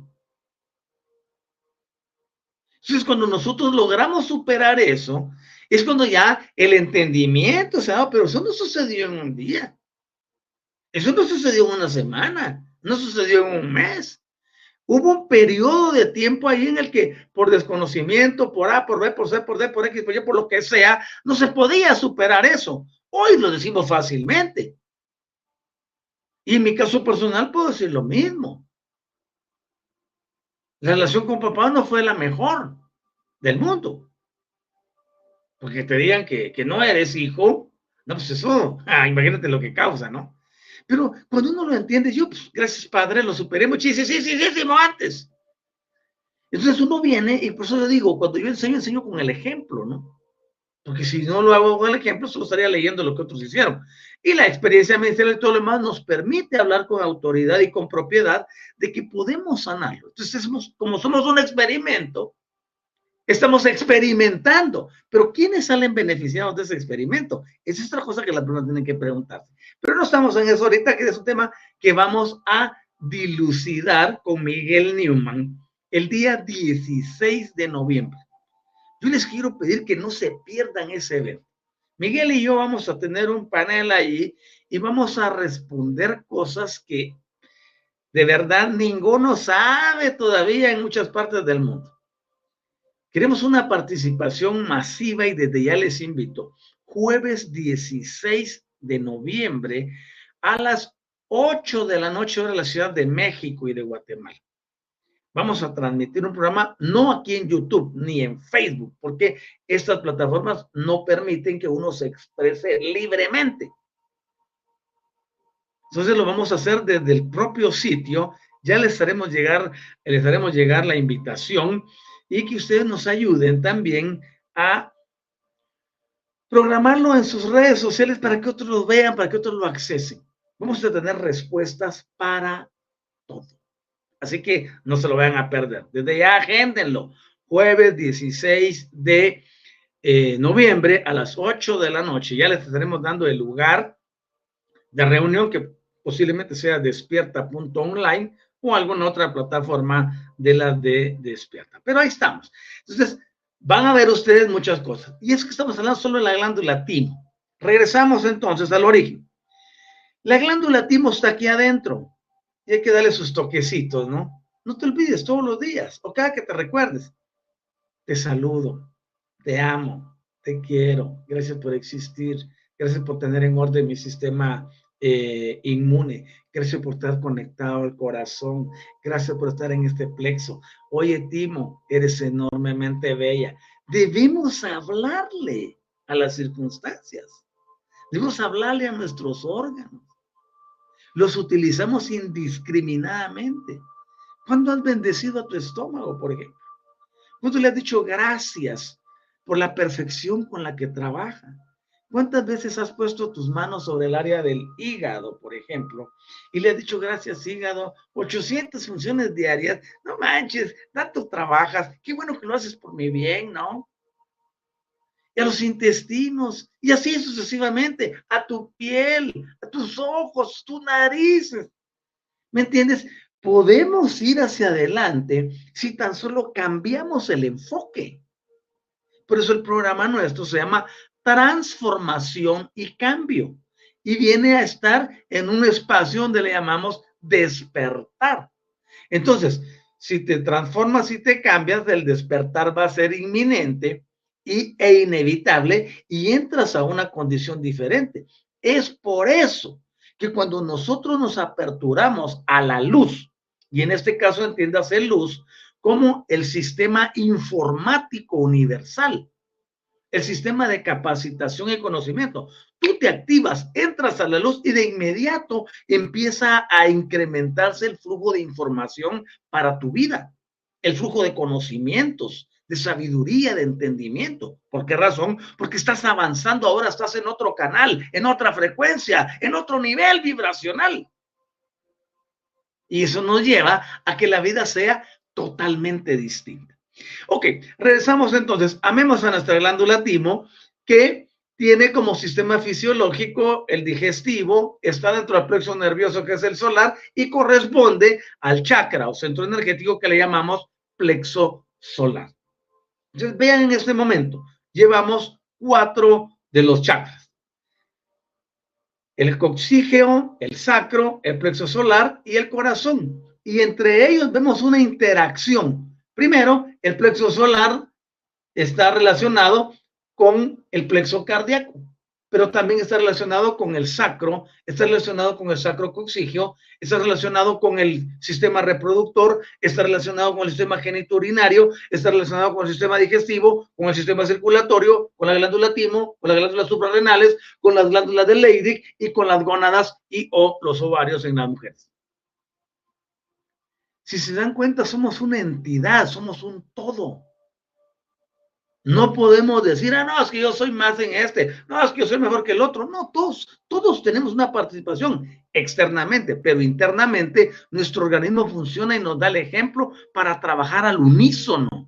Entonces, cuando nosotros logramos superar eso, es cuando ya el entendimiento, o sea, pero eso no sucedió en un día. Eso no sucedió en una semana, no sucedió en un mes. Hubo un periodo de tiempo ahí en el que por desconocimiento, por A, por B, por C, por D, por X, por Y, por lo que sea, no se podía superar eso. Hoy lo decimos fácilmente. Y en mi caso personal puedo decir lo mismo. La relación con papá no fue la mejor del mundo. Porque te digan que, que no eres hijo, no, pues eso, ah, imagínate lo que causa, ¿no? Pero cuando uno lo entiende, yo, pues, gracias Padre, lo superé muchísimo antes. Entonces uno viene, y por eso yo digo, cuando yo enseño, enseño con el ejemplo, ¿no? Porque si no lo hago con el ejemplo, solo estaría leyendo lo que otros hicieron. Y la experiencia ministerial y todo lo demás nos permite hablar con autoridad y con propiedad de que podemos sanarlo. Entonces, somos, como somos un experimento, estamos experimentando. Pero ¿quiénes salen beneficiados de ese experimento? Esa es otra cosa que las personas tienen que preguntarse. Pero no estamos en eso ahorita, que es un tema que vamos a dilucidar con Miguel Newman el día dieciséis de noviembre. Yo les quiero pedir que no se pierdan ese evento. Miguel y yo vamos a tener un panel ahí y vamos a responder cosas que de verdad ninguno sabe todavía en muchas partes del mundo. Queremos una participación masiva y desde ya les invito, jueves dieciséis de noviembre a las ocho de la noche hora de la Ciudad de México y de Guatemala. Vamos a transmitir un programa no aquí en YouTube ni en Facebook, porque estas plataformas no permiten que uno se exprese libremente. Entonces lo vamos a hacer desde el propio sitio. Ya les haremos llegar, les haremos llegar la invitación y que ustedes nos ayuden también a programarlo en sus redes sociales para que otros lo vean, para que otros lo accesen. Vamos a tener respuestas para todo. Así que no se lo vayan a perder. Desde ya agéndenlo. Jueves dieciséis de noviembre a las ocho de la noche. Ya les estaremos dando el lugar de reunión que posiblemente sea despierta punto online o alguna otra plataforma de las de Despierta. Pero ahí estamos. Entonces, van a ver ustedes muchas cosas. Y es que estamos hablando solo de la glándula timo. Regresamos entonces al origen. La glándula timo está aquí adentro y hay que darle sus toquecitos, ¿no? No te olvides todos los días o cada que te recuerdes. Te saludo, te amo, te quiero. Gracias por existir. Gracias por tener en orden mi sistema eh, inmune. Gracias por estar conectado al corazón. Gracias por estar en este plexo. Oye, Timo, eres enormemente bella. Debemos hablarle a las circunstancias. Debemos hablarle a nuestros órganos. Los utilizamos indiscriminadamente. ¿Cuándo has bendecido a tu estómago, por ejemplo? ¿Cuándo le has dicho gracias por la perfección con la que trabaja? ¿Cuántas veces has puesto tus manos sobre el área del hígado, por ejemplo, y le has dicho gracias, hígado, ochocientas funciones diarias? No manches, tanto trabajas, qué bueno que lo haces por mi bien, ¿no? Y a los intestinos, y así sucesivamente, a tu piel, a tus ojos, tu nariz. ¿Me entiendes? Podemos ir hacia adelante si tan solo cambiamos el enfoque. Por eso el programa nuestro se llama Transformación y Cambio. Y viene a estar en un espacio donde le llamamos despertar. Entonces, si te transformas y te cambias, el despertar va a ser inminente y, e inevitable y entras a una condición diferente. Es por eso que cuando nosotros nos aperturamos a la luz, y en este caso entiéndase luz como el sistema informático universal, el sistema de capacitación y conocimiento. Tú te activas, entras a la luz y de inmediato empieza a incrementarse el flujo de información para tu vida, el flujo de conocimientos, de sabiduría, de entendimiento. ¿Por qué razón? Porque estás avanzando, ahora estás en otro canal, en otra frecuencia, en otro nivel vibracional. Y eso nos lleva a que la vida sea totalmente distinta. Ok, regresamos entonces. Amemos a nuestra glándula timo, que tiene como sistema fisiológico el digestivo, está dentro del plexo nervioso que es el solar y corresponde al chakra o centro energético que le llamamos plexo solar. Entonces vean en este momento, llevamos cuatro de los chakras. El coxígeo, el sacro, el plexo solar y el corazón. Y entre ellos vemos una interacción. Primero, el plexo solar está relacionado con el plexo cardíaco, pero también está relacionado con el sacro, está relacionado con el sacro coxígeo, está relacionado con el sistema reproductor, está relacionado con el sistema genitourinario, está relacionado con el sistema digestivo, con el sistema circulatorio, con la glándula timo, con las glándulas suprarrenales, con las glándulas de Leydig y con las gónadas y o los ovarios en las mujeres. Si se dan cuenta, somos una entidad, somos un todo. No podemos decir, ah, no, es que yo soy más en este, no, es que yo soy mejor que el otro. No, todos, todos tenemos una participación externamente, pero internamente nuestro organismo funciona y nos da el ejemplo para trabajar al unísono.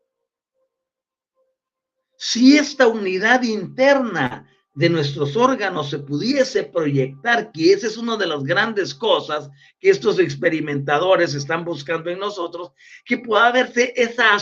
Si esta unidad interna de nuestros órganos se pudiese proyectar, que esa es una de las grandes cosas que estos experimentadores están buscando en nosotros, que pueda verse esa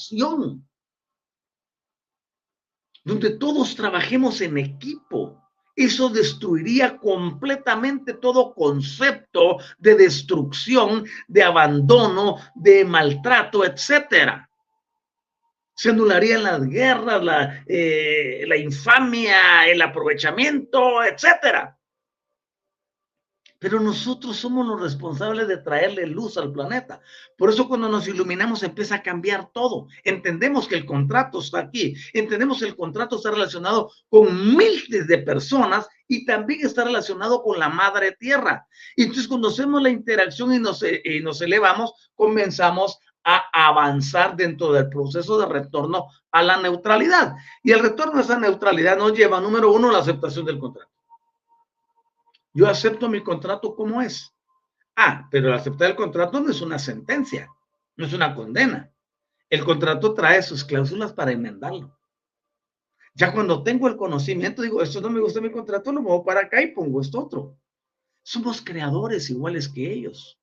asociación donde todos trabajemos en equipo. Eso destruiría completamente todo concepto de destrucción, de abandono, de maltrato, etcétera. Se anularían las guerras, la, eh, la infamia, el aprovechamiento, etcétera. Pero nosotros somos los responsables de traerle luz al planeta. Por eso cuando nos iluminamos empieza a cambiar todo. Entendemos que el contrato está aquí. Entendemos que el contrato está relacionado con miles de personas y también está relacionado con la madre tierra. Y entonces cuando hacemos la interacción y nos, y nos elevamos, comenzamos a avanzar dentro del proceso de retorno a la neutralidad. Y el retorno a esa neutralidad nos lleva, número uno, a la aceptación del contrato. Yo acepto mi contrato como es. Ah, pero aceptar el contrato no es una sentencia, no es una condena. El contrato trae sus cláusulas para enmendarlo. Ya cuando tengo el conocimiento, digo, esto no me gusta mi contrato, lo muevo para acá y pongo esto otro. Somos creadores iguales que ellos.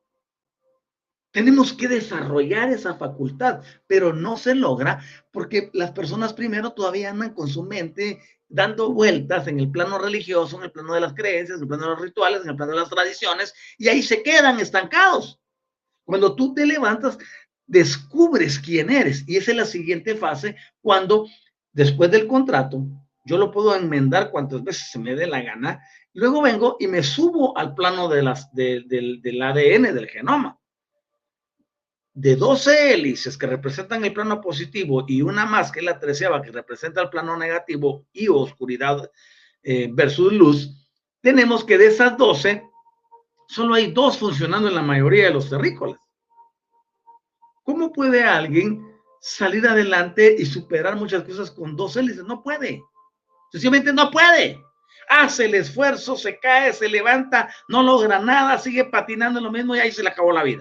Tenemos que desarrollar esa facultad, pero no se logra porque las personas primero todavía andan con su mente dando vueltas en el plano religioso, en el plano de las creencias, en el plano de los rituales, en el plano de las tradiciones, y ahí se quedan estancados. Cuando tú te levantas, descubres quién eres, y esa es la siguiente fase, cuando después del contrato, yo lo puedo enmendar cuantas veces se me dé la gana, luego vengo y me subo al plano de las, de, de, del A D N, del genoma. De doce hélices que representan el plano positivo y una más que es la treceava que representa el plano negativo y oscuridad eh, versus luz, tenemos que de esas doce, solo hay dos funcionando en la mayoría de los terrícolas. ¿Cómo puede alguien salir adelante y superar muchas cosas con dos hélices? No puede. Sencillamente no puede. Hace el esfuerzo, se cae, se levanta, no logra nada, sigue patinando en lo mismo y ahí se le acabó la vida.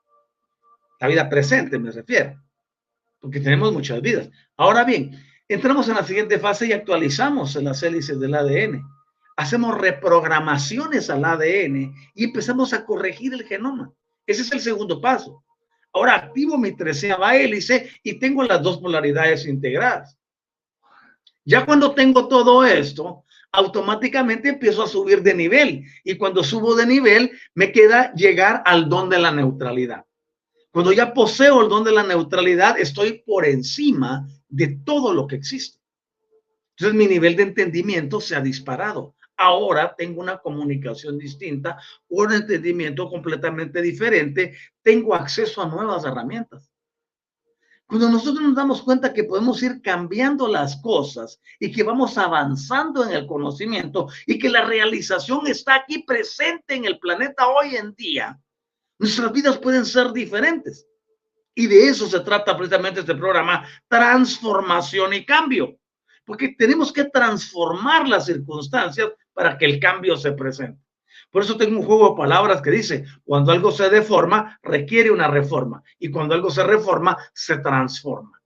La vida presente me refiero, porque tenemos muchas vidas. Ahora bien, entramos en la siguiente fase y actualizamos en las hélices del A D N. Hacemos reprogramaciones al A D N y empezamos a corregir el genoma. Ese es el segundo paso. Ahora activo mi treceava hélice y tengo las dos polaridades integradas. Ya cuando tengo todo esto, automáticamente empiezo a subir de nivel. Y cuando subo de nivel, me queda llegar al don de la neutralidad. Cuando ya poseo el don de la neutralidad, estoy por encima de todo lo que existe. Entonces mi nivel de entendimiento se ha disparado. Ahora tengo una comunicación distinta, un entendimiento completamente diferente, tengo acceso a nuevas herramientas. Cuando nosotros nos damos cuenta que podemos ir cambiando las cosas y que vamos avanzando en el conocimiento y que la realización está aquí presente en el planeta hoy en día, nuestras vidas pueden ser diferentes. Y de eso se trata precisamente este programa, transformación y cambio. Porque tenemos que transformar las circunstancias para que el cambio se presente. Por eso tengo un juego de palabras que dice, cuando algo se deforma, requiere una reforma. Y cuando algo se reforma, se transforma.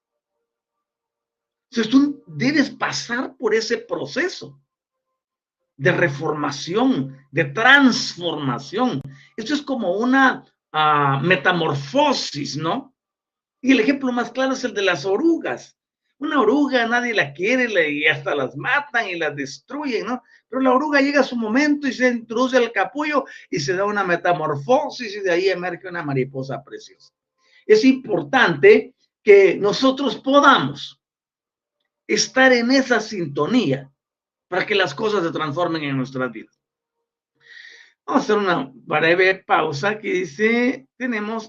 Entonces tú debes pasar por ese proceso de reformación, de transformación. Esto es como una uh, metamorfosis, ¿no? Y el ejemplo más claro es el de las orugas. Una oruga nadie la quiere y hasta las matan y las destruyen, ¿no? Pero la oruga llega a su momento y se introduce al capullo y se da una metamorfosis y de ahí emerge una mariposa preciosa. Es importante que nosotros podamos estar en esa sintonía para que las cosas se transformen en nuestras vidas. Vamos a hacer una breve pausa que dice, tenemos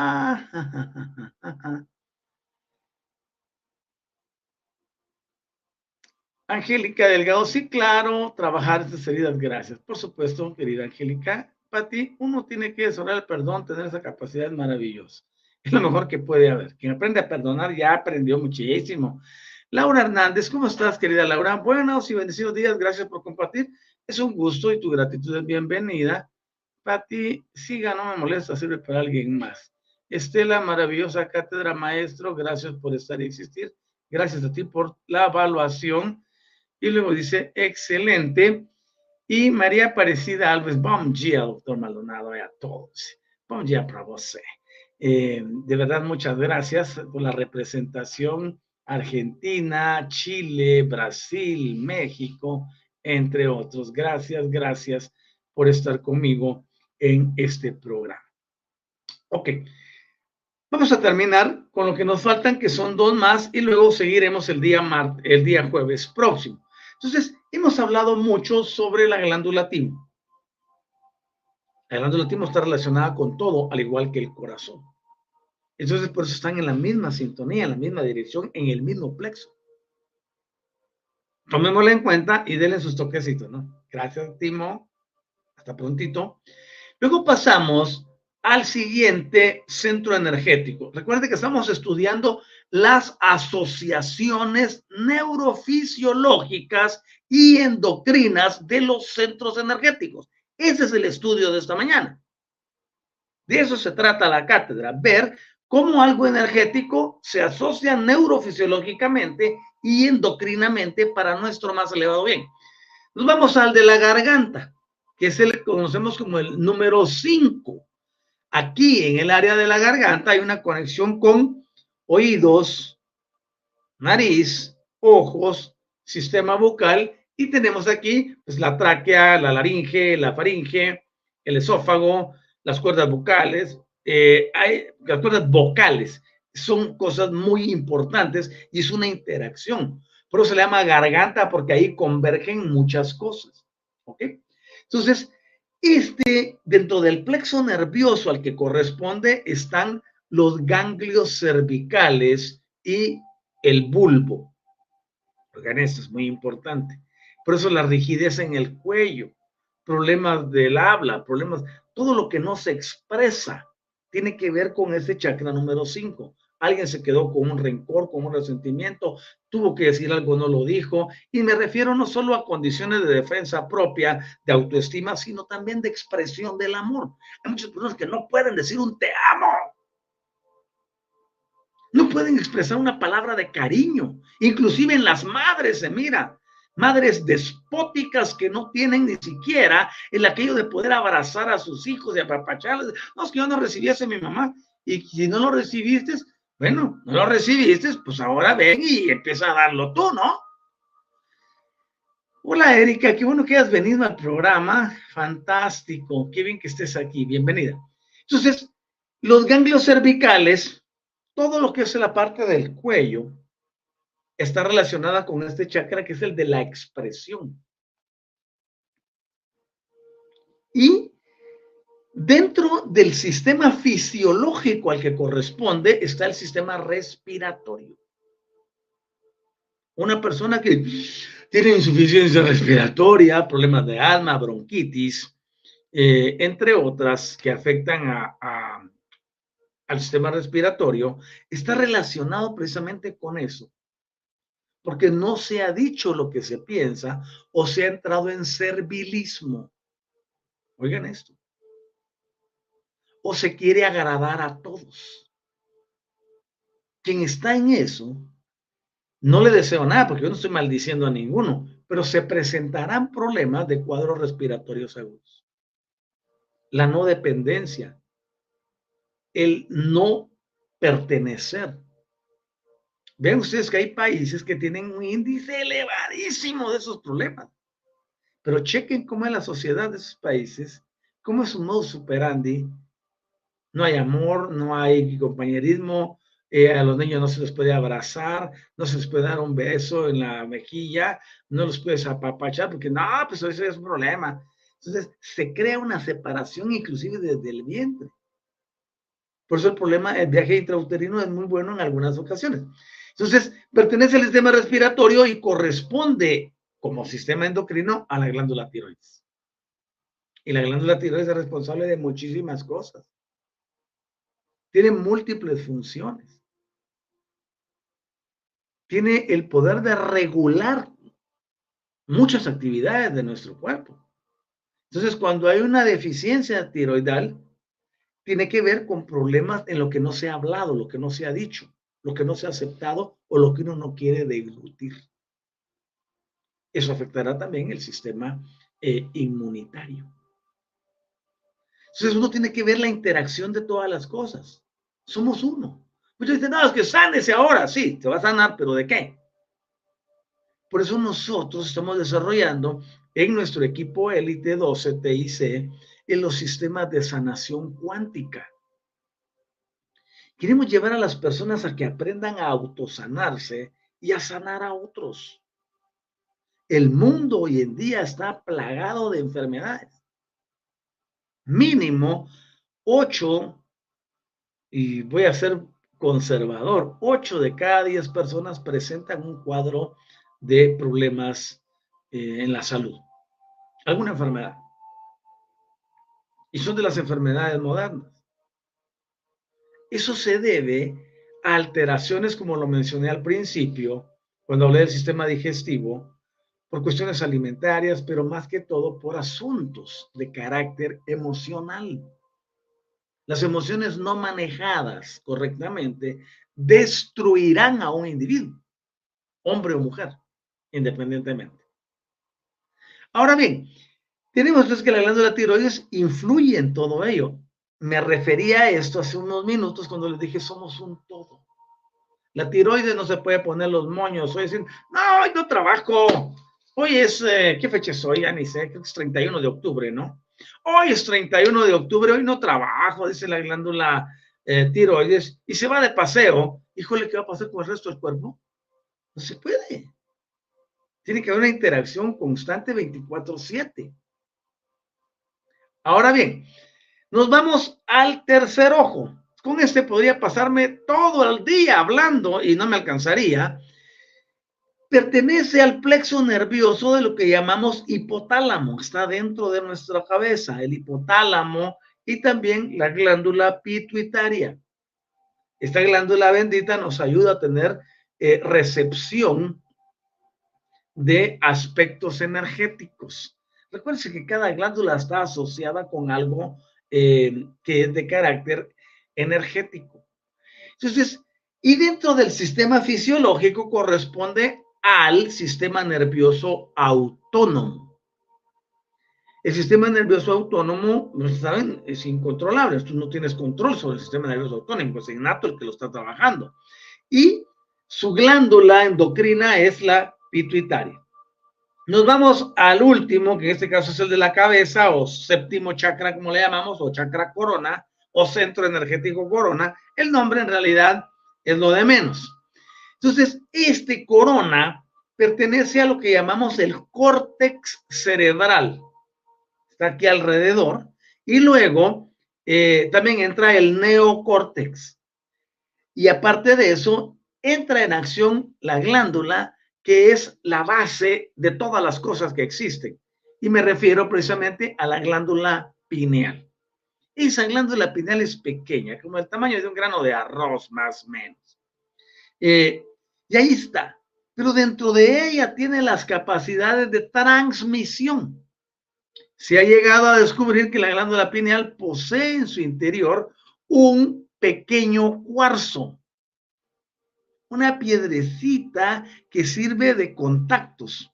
a... Angélica Delgado, sí, claro, trabajar estas heridas, gracias. Por supuesto, querida Angélica. Pati, uno tiene que desarrollar el perdón, tener esa capacidad maravillosa. Es lo mejor que puede haber. Quien aprende a perdonar ya aprendió muchísimo. Laura Hernández, ¿cómo estás, querida Laura? Buenos y bendecidos días, gracias por compartir. Es un gusto y tu gratitud es bienvenida. Pati, siga, no me molesta, sirve para alguien más. Estela, maravillosa cátedra, maestro, gracias por estar y existir. Gracias a ti por la evaluación. Y luego dice, excelente. Y María Aparecida Alves, bom dia, doctor Maldonado, a todos. Bom dia para você. Eh, de verdad, muchas gracias por la representación. Argentina, Chile, Brasil, México, entre otros. Gracias, gracias por estar conmigo en este programa. Ok, vamos a terminar con lo que nos faltan, que son dos más, y luego seguiremos el día, mar el día jueves próximo. Entonces, hemos hablado mucho sobre la glándula timo. La glándula timo está relacionada con todo, al igual que el corazón. Entonces, por eso están en la misma sintonía, en la misma dirección, en el mismo plexo. Tomémosla en cuenta y denle sus toquecitos, ¿no? Gracias, Timo. Hasta prontito. Luego pasamos al siguiente centro energético. Recuerden que estamos estudiando las asociaciones neurofisiológicas y endocrinas de los centros energéticos. Ese es el estudio de esta mañana. De eso se trata la cátedra, ver cómo algo energético se asocia neurofisiológicamente y endocrinamente para nuestro más elevado bien. Nos vamos al de la garganta, que es el que conocemos como el número cinco. Aquí en el área de la garganta hay una conexión con oídos, nariz, ojos, sistema bucal, y tenemos aquí pues, la tráquea, la laringe, la faringe, el esófago, las cuerdas bucales, eh, hay, las cuerdas vocales. Son cosas muy importantes y es una interacción. Por eso se le llama garganta, porque ahí convergen muchas cosas. ¿Ok? Entonces, este, dentro del plexo nervioso al que corresponde están los ganglios cervicales y el bulbo. Oigan, esto es muy importante. Por eso la rigidez en el cuello, problemas del habla, problemas, todo lo que no se expresa tiene que ver con ese chakra número cinco. Alguien se quedó con un rencor, con un resentimiento, tuvo que decir algo, no lo dijo, y me refiero no solo a condiciones de defensa propia, de autoestima, sino también de expresión del amor. Hay muchas personas que no pueden decir un te amo. No pueden expresar una palabra de cariño. Inclusive en las madres se mira. Madres despóticas que no tienen ni siquiera el aquello de poder abrazar a sus hijos y apapacharles. No, es que yo no recibí a mi mamá. Y si no lo recibiste, bueno, no lo recibiste, pues ahora ven y empieza a darlo tú, ¿no? Hola, Erika, qué bueno que hayas venido al programa. Fantástico, qué bien que estés aquí. Bienvenida. Entonces, los ganglios cervicales, todo lo que es la parte del cuello, está relacionada con este chakra que es el de la expresión. Y dentro del sistema fisiológico al que corresponde está el sistema respiratorio. Una persona que tiene insuficiencia respiratoria, problemas de asma, bronquitis, eh, entre otras que afectan a, a, al sistema respiratorio, está relacionado precisamente con eso. Porque no se ha dicho lo que se piensa o se ha entrado en servilismo. Oigan esto. O se quiere agradar a todos. Quien está en eso, no le deseo nada, porque yo no estoy maldiciendo a ninguno, pero se presentarán problemas de cuadros respiratorios agudos. La no dependencia, el no pertenecer. Ven ustedes que hay países que tienen un índice elevadísimo de esos problemas. Pero chequen cómo es la sociedad de esos países, cómo es su modus operandi. No hay amor, no hay compañerismo, eh, a los niños no se les puede abrazar, no se les puede dar un beso en la mejilla, no los puedes apapachar porque no, pues eso es un problema. Entonces se crea una separación inclusive desde el vientre. Por eso el problema, el viaje intrauterino es muy bueno en algunas ocasiones. Entonces pertenece al sistema respiratorio y corresponde como sistema endocrino a la glándula tiroides. Y la glándula tiroides es responsable de muchísimas cosas. Tiene múltiples funciones. Tiene el poder de regular muchas actividades de nuestro cuerpo. Entonces, cuando hay una deficiencia tiroidal, tiene que ver con problemas en lo que no se ha hablado, lo que no se ha dicho, lo que no se ha aceptado o lo que uno no quiere deglutir. Eso afectará también el sistema eh, inmunitario. Entonces uno tiene que ver la interacción de todas las cosas. Somos uno. Muchos dicen, no, es que sánese ahora. Sí, se va a sanar, pero ¿de qué? Por eso nosotros estamos desarrollando en nuestro equipo Élite doce T I C en los sistemas de sanación cuántica. Queremos llevar a las personas a que aprendan a autosanarse y a sanar a otros. El mundo hoy en día está plagado de enfermedades. Mínimo ocho, y voy a ser conservador, ocho de cada diez personas presentan un cuadro de problemas eh, en la salud, alguna enfermedad. Y son de las enfermedades modernas. Eso se debe a alteraciones, como lo mencioné al principio, cuando hablé del sistema digestivo, por cuestiones alimentarias, pero más que todo por asuntos de carácter emocional. Las emociones no manejadas correctamente destruirán a un individuo, hombre o mujer, independientemente. Ahora bien, tenemos entonces que la glándula tiroides influye en todo ello. Me refería a esto hace unos minutos cuando les dije somos un todo. La tiroides no se puede poner los moños, hoy decir, no, hoy no trabajo. Hoy es, eh, ¿qué fecha es hoy? Ya ni sé, creo que es treinta y uno de octubre, ¿no? Hoy es treinta y uno de octubre, hoy no trabajo, dice la glándula eh, tiroides, y se va de paseo. Híjole, ¿qué va a pasar con el resto del cuerpo? No se puede. Tiene que haber una interacción constante veinticuatro siete. Ahora bien, nos vamos al tercer ojo. Con este podría pasarme todo el día hablando y no me alcanzaría. Pertenece al plexo nervioso de lo que llamamos hipotálamo. Está dentro de nuestra cabeza, el hipotálamo y también la glándula pituitaria. Esta glándula bendita nos ayuda a tener eh, recepción de aspectos energéticos. Recuerden que cada glándula está asociada con algo eh, que es de carácter energético. Entonces, y dentro del sistema fisiológico corresponde al sistema nervioso autónomo. El sistema nervioso autónomo, no saben, es incontrolable. Tú no tienes control sobre el sistema nervioso autónomo, es innato el que lo está trabajando. Y su glándula endocrina es la pituitaria. Nos vamos al último, que en este caso es el de la cabeza, o séptimo chakra, como le llamamos, o chakra corona, o centro energético corona. El nombre en realidad es lo de menos. Entonces, este corona pertenece a lo que llamamos el córtex cerebral. Está aquí alrededor. Y luego eh, también entra el neocórtex. Y aparte de eso, entra en acción la glándula, que es la base de todas las cosas que existen. Y me refiero precisamente a la glándula pineal. Esa glándula pineal es pequeña, como el tamaño de un grano de arroz, más o menos. Eh, y ahí está. Pero dentro de ella tiene las capacidades de transmisión. Se ha llegado a descubrir que la glándula pineal posee en su interior un pequeño cuarzo, una piedrecita que sirve de contactos.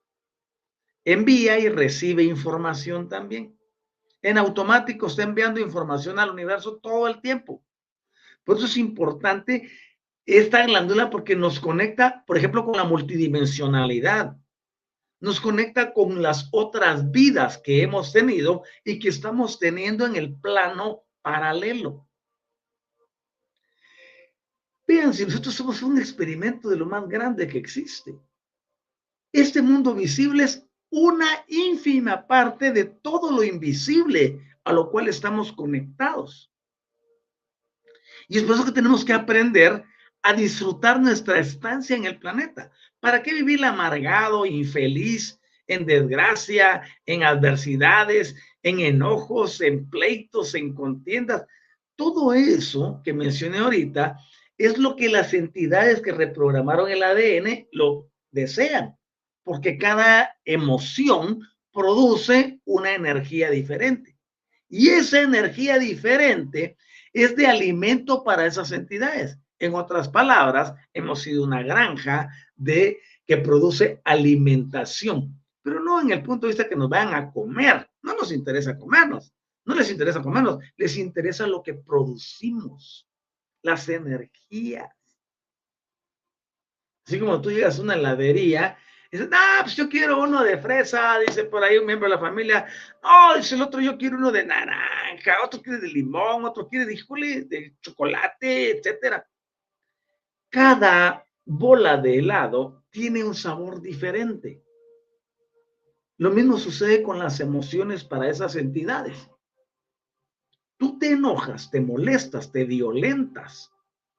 Envía y recibe información también. En automático está enviando información al universo todo el tiempo. Por eso es importante esta glándula porque nos conecta, por ejemplo, con la multidimensionalidad. Nos conecta con las otras vidas que hemos tenido y que estamos teniendo en el plano paralelo. Vean, si nosotros somos un experimento de lo más grande que existe. Este mundo visible es una ínfima parte de todo lo invisible a lo cual estamos conectados. Y es por eso que tenemos que aprender a disfrutar nuestra estancia en el planeta. ¿Para qué vivir amargado, infeliz, en desgracia, en adversidades, en enojos, en pleitos, en contiendas? Todo eso que mencioné ahorita es lo que las entidades que reprogramaron el A D N lo desean, porque cada emoción produce una energía diferente. Y esa energía diferente es de alimento para esas entidades. En otras palabras, hemos sido una granja de, que produce alimentación, pero no en el punto de vista que nos vayan a comer. No nos interesa comernos, no les interesa comernos, les interesa lo que producimos, las energías. Así como tú llegas a una heladería Dice, ah, pues yo quiero uno de fresa, dice por ahí un miembro de la familia. No, dice el otro, yo quiero uno de naranja, otro quiere de limón, otro quiere de, híjole, de chocolate, etcétera. Cada bola de helado tiene un sabor diferente. Lo mismo sucede con las emociones para esas entidades. Tú te enojas, te molestas, te violentas,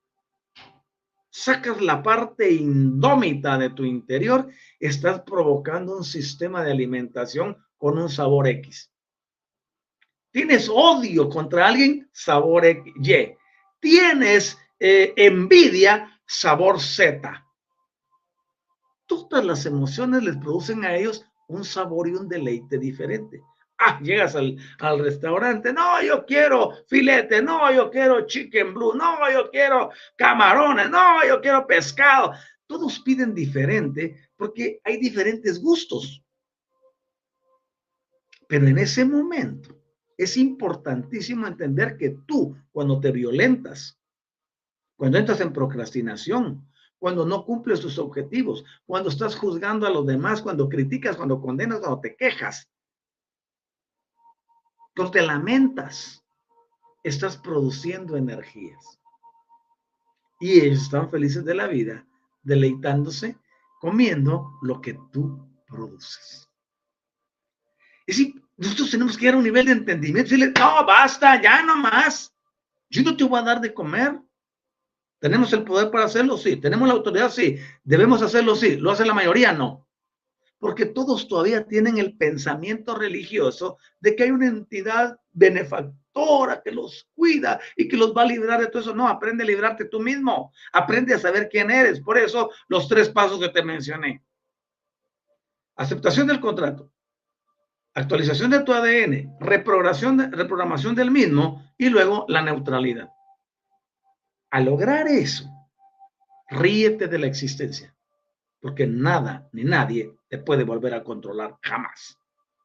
sacas la parte indómita de tu interior, estás provocando un sistema de alimentación con un sabor X. Tienes odio contra alguien, sabor X, Y. Tienes eh, envidia, sabor Z. Todas las emociones les producen a ellos un sabor y un deleite diferente. Ah, llegas al, al restaurante, no, yo quiero filete, no, yo quiero chicken blue, no, yo quiero camarones, no, yo quiero pescado. Todos piden diferente porque hay diferentes gustos. Pero en ese momento es importantísimo entender que tú, cuando te violentas, cuando entras en procrastinación, cuando no cumples tus objetivos, cuando estás juzgando a los demás, cuando criticas, cuando condenas, cuando te quejas, cuando te lamentas, estás produciendo energías. Y ellos están felices de la vida, deleitándose, comiendo lo que tú produces. Es decir, nosotros tenemos que llegar a un nivel de entendimiento y decirle, no, basta, ya no más. Yo no te voy a dar de comer. ¿Tenemos el poder para hacerlo? Sí. ¿Tenemos la autoridad? Sí. ¿Debemos hacerlo? Sí. ¿Lo hace la mayoría? No. Porque todos todavía tienen el pensamiento religioso de que hay una entidad benefactora que los cuida y que los va a librar de todo eso. No, aprende a librarte tú mismo. Aprende a saber quién eres. Por eso los tres pasos que te mencioné. Aceptación del contrato, actualización de tu A D N, reprogramación, de, reprogramación del mismo y luego la neutralidad. Al lograr eso, ríete de la existencia, porque nada ni nadie te puede volver a controlar jamás.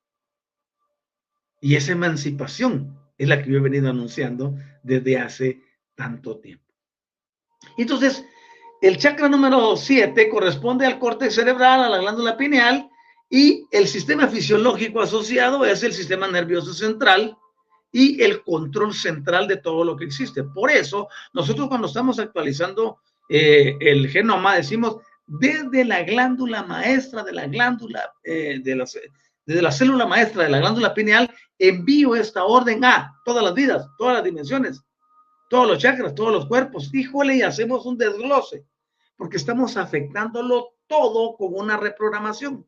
Y esa emancipación es la que yo he venido anunciando desde hace tanto tiempo. Entonces, el chakra número siete corresponde al córtex cerebral, a la glándula pineal, y el sistema fisiológico asociado es el sistema nervioso central y el control central de todo lo que existe. Por eso, nosotros cuando estamos actualizando eh, el genoma, decimos desde la glándula maestra de la glándula, eh, de las, desde la célula maestra de la glándula pineal, envío esta orden a todas las vidas, todas las dimensiones, todos los chakras, todos los cuerpos. Híjole, y hacemos un desglose, porque estamos afectándolo todo con una reprogramación.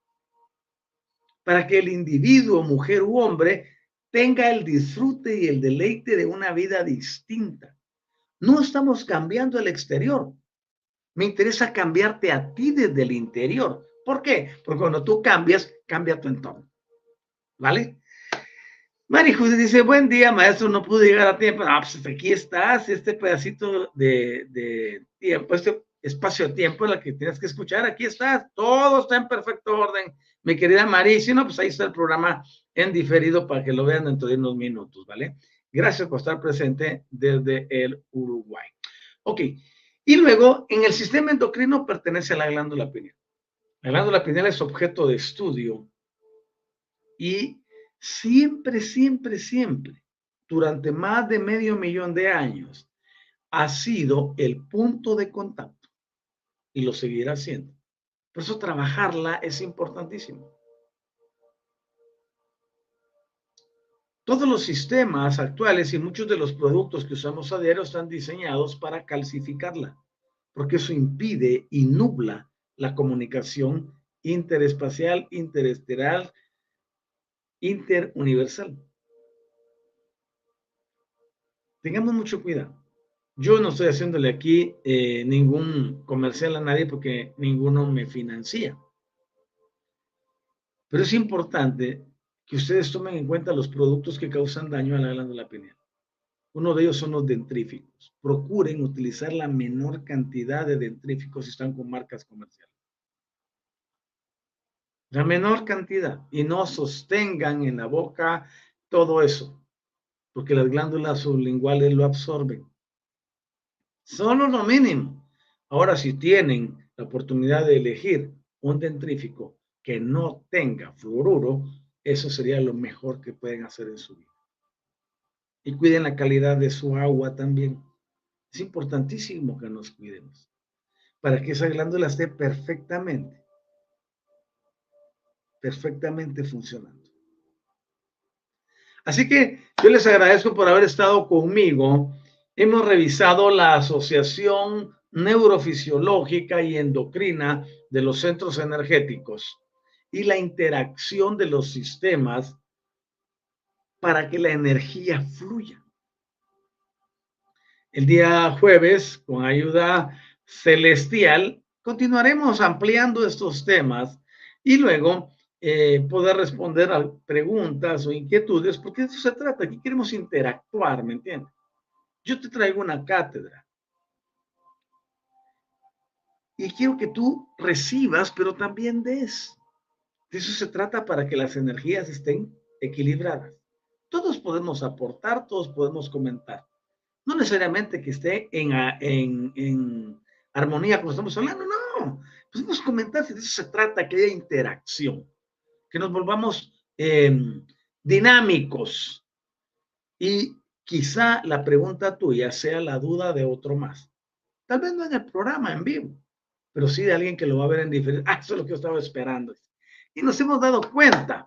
Para que el individuo, mujer u hombre, tenga el disfrute y el deleite de una vida distinta. No estamos cambiando el exterior. Me interesa cambiarte a ti desde el interior. ¿Por qué? Porque cuando tú cambias, cambia tu entorno. ¿Vale? Mari Judith dice, buen día, maestro, no pude llegar a tiempo. Ah, pues aquí estás, este pedacito de, de tiempo, este espacio de tiempo en el que tienes que escuchar, aquí estás, todo está en perfecto orden, mi querida Mari. Si no, pues ahí está el programa en diferido para que lo vean dentro de unos minutos, ¿vale? Gracias por estar presente desde el Uruguay. Ok, y luego, en el sistema endocrino pertenece a la glándula pineal. La glándula pineal es objeto de estudio y siempre, siempre, siempre, durante más de medio millón de años, ha sido el punto de contacto y lo seguirá siendo. Por eso trabajarla es importantísimo. Todos los sistemas actuales y muchos de los productos que usamos a diario están diseñados para calcificarla, porque eso impide y nubla la comunicación interespacial, interestelar, interuniversal. Tengamos mucho cuidado. Yo no estoy haciéndole aquí eh, ningún comercial a nadie porque ninguno me financia. Pero es importante que ustedes tomen en cuenta los productos que causan daño a la glándula pineal. Uno de ellos son los dentríficos. Procuren utilizar la menor cantidad de dentríficos si están con marcas comerciales. La menor cantidad. Y no sostengan en la boca todo eso, porque las glándulas sublinguales lo absorben. Solo lo mínimo. Ahora, si tienen la oportunidad de elegir un dentrífico que no tenga fluoruro, eso sería lo mejor que pueden hacer en su vida. Y cuiden la calidad de su agua también. Es importantísimo que nos cuidemos para que esa glándula esté perfectamente, perfectamente funcionando. Así que yo les agradezco por haber estado conmigo. Hemos revisado la Asociación Neurofisiológica y Endocrina de los Centros Energéticos y la interacción de los sistemas para que la energía fluya. El día jueves, con ayuda celestial, continuaremos ampliando estos temas y luego eh, poder responder a preguntas o inquietudes, porque de eso se trata. Aquí queremos interactuar, ¿me entiendes? Yo te traigo una cátedra y quiero que tú recibas, pero también des. De eso se trata, para que las energías estén equilibradas. Todos podemos aportar, todos podemos comentar. No necesariamente que esté en, en, en armonía como estamos hablando, no. Podemos comentar, si de eso se trata, que haya interacción, que nos volvamos eh, dinámicos. Y quizá la pregunta tuya sea la duda de otro más. Tal vez no en el programa en vivo, pero sí de alguien que lo va a ver en diferente. Ah, eso es lo que yo estaba esperando. Y nos hemos dado cuenta,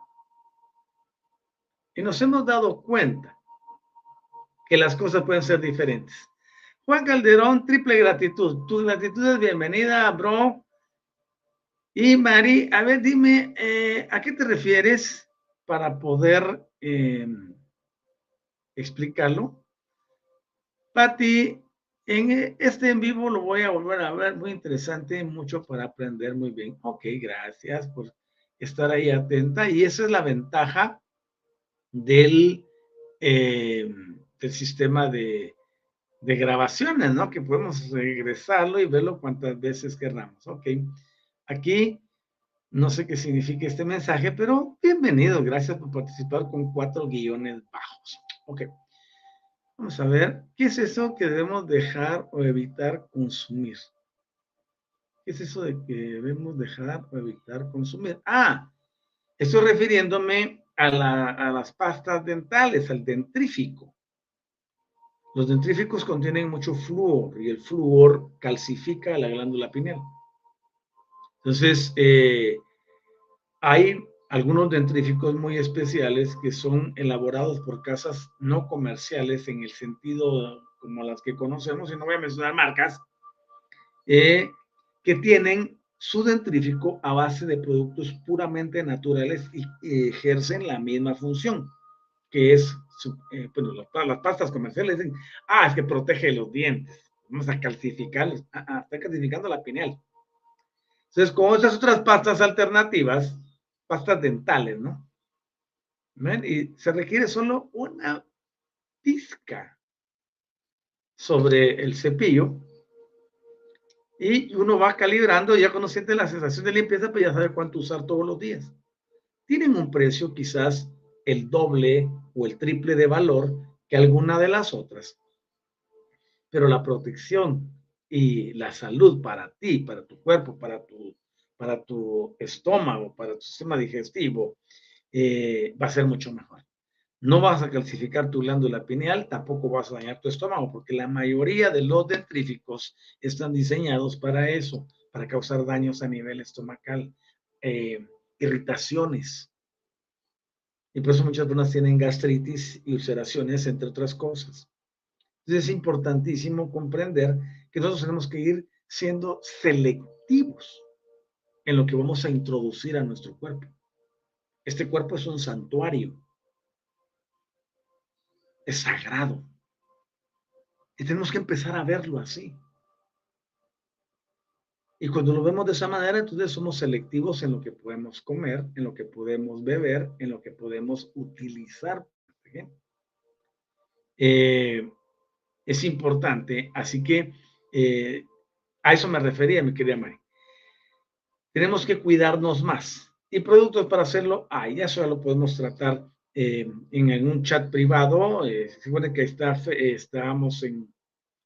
y nos hemos dado cuenta que las cosas pueden ser diferentes. Juan Calderón, triple gratitud. Tu gratitud es bienvenida, bro. Y Mari, a ver, dime, eh, ¿a qué te refieres para poder eh, explicarlo? Pati, en este en vivo lo voy a volver a ver, muy interesante, mucho para aprender, muy bien. Ok, gracias por estar ahí atenta. Y esa es la ventaja del, eh, del sistema de, de grabaciones, ¿no? Que podemos regresarlo y verlo cuantas veces queramos. Ok, aquí no sé qué significa este mensaje, pero bienvenido, gracias por participar con cuatro guiones bajos. Ok, vamos a ver, ¿qué es eso que debemos dejar o evitar consumir? ¿Qué es eso de que debemos dejar o evitar consumir? Ah, estoy refiriéndome a, la, a las pastas dentales, al dentrífico. Los dentríficos contienen mucho flúor y el flúor calcifica la glándula pineal. Entonces, eh, hay algunos dentríficos muy especiales que son elaborados por casas no comerciales en el sentido como las que conocemos, y no voy a mencionar marcas, eh, que tienen su dentrífico a base de productos puramente naturales y, y ejercen la misma función, que es, eh, bueno, las, las pastas comerciales dicen, ah, es que protege los dientes, vamos a calcificarlos, ah, ah, está calcificando la pineal. Entonces, con estas otras pastas alternativas, pastas dentales, ¿no? ¿Ven? Y se requiere solo una pizca sobre el cepillo y uno va calibrando, ya cuando siente la sensación de limpieza, pues ya sabe cuánto usar todos los días. Tienen un precio quizás el doble o el triple de valor que alguna de las otras, pero la protección y la salud para ti, para tu cuerpo, para tu, para tu estómago, para tu sistema digestivo, eh, va a ser mucho mejor. No vas a calcificar tu glándula pineal, tampoco vas a dañar tu estómago, porque la mayoría de los dentríficos están diseñados para eso, para causar daños a nivel estomacal, eh, irritaciones. Y por eso muchas personas tienen gastritis y ulceraciones, entre otras cosas. Entonces es importantísimo comprender que nosotros tenemos que ir siendo selectivos en lo que vamos a introducir a nuestro cuerpo. Este cuerpo es un santuario. Es sagrado. Y tenemos que empezar a verlo así. Y cuando lo vemos de esa manera, entonces somos selectivos en lo que podemos comer, en lo que podemos beber, en lo que podemos utilizar. Eh, es importante, así que eh, a eso me refería, mi querida Mari. Tenemos que cuidarnos más. Y productos para hacerlo, ah, ya eso lo podemos tratar eh, en algún chat privado. Eh, se supone que está, eh, estamos en,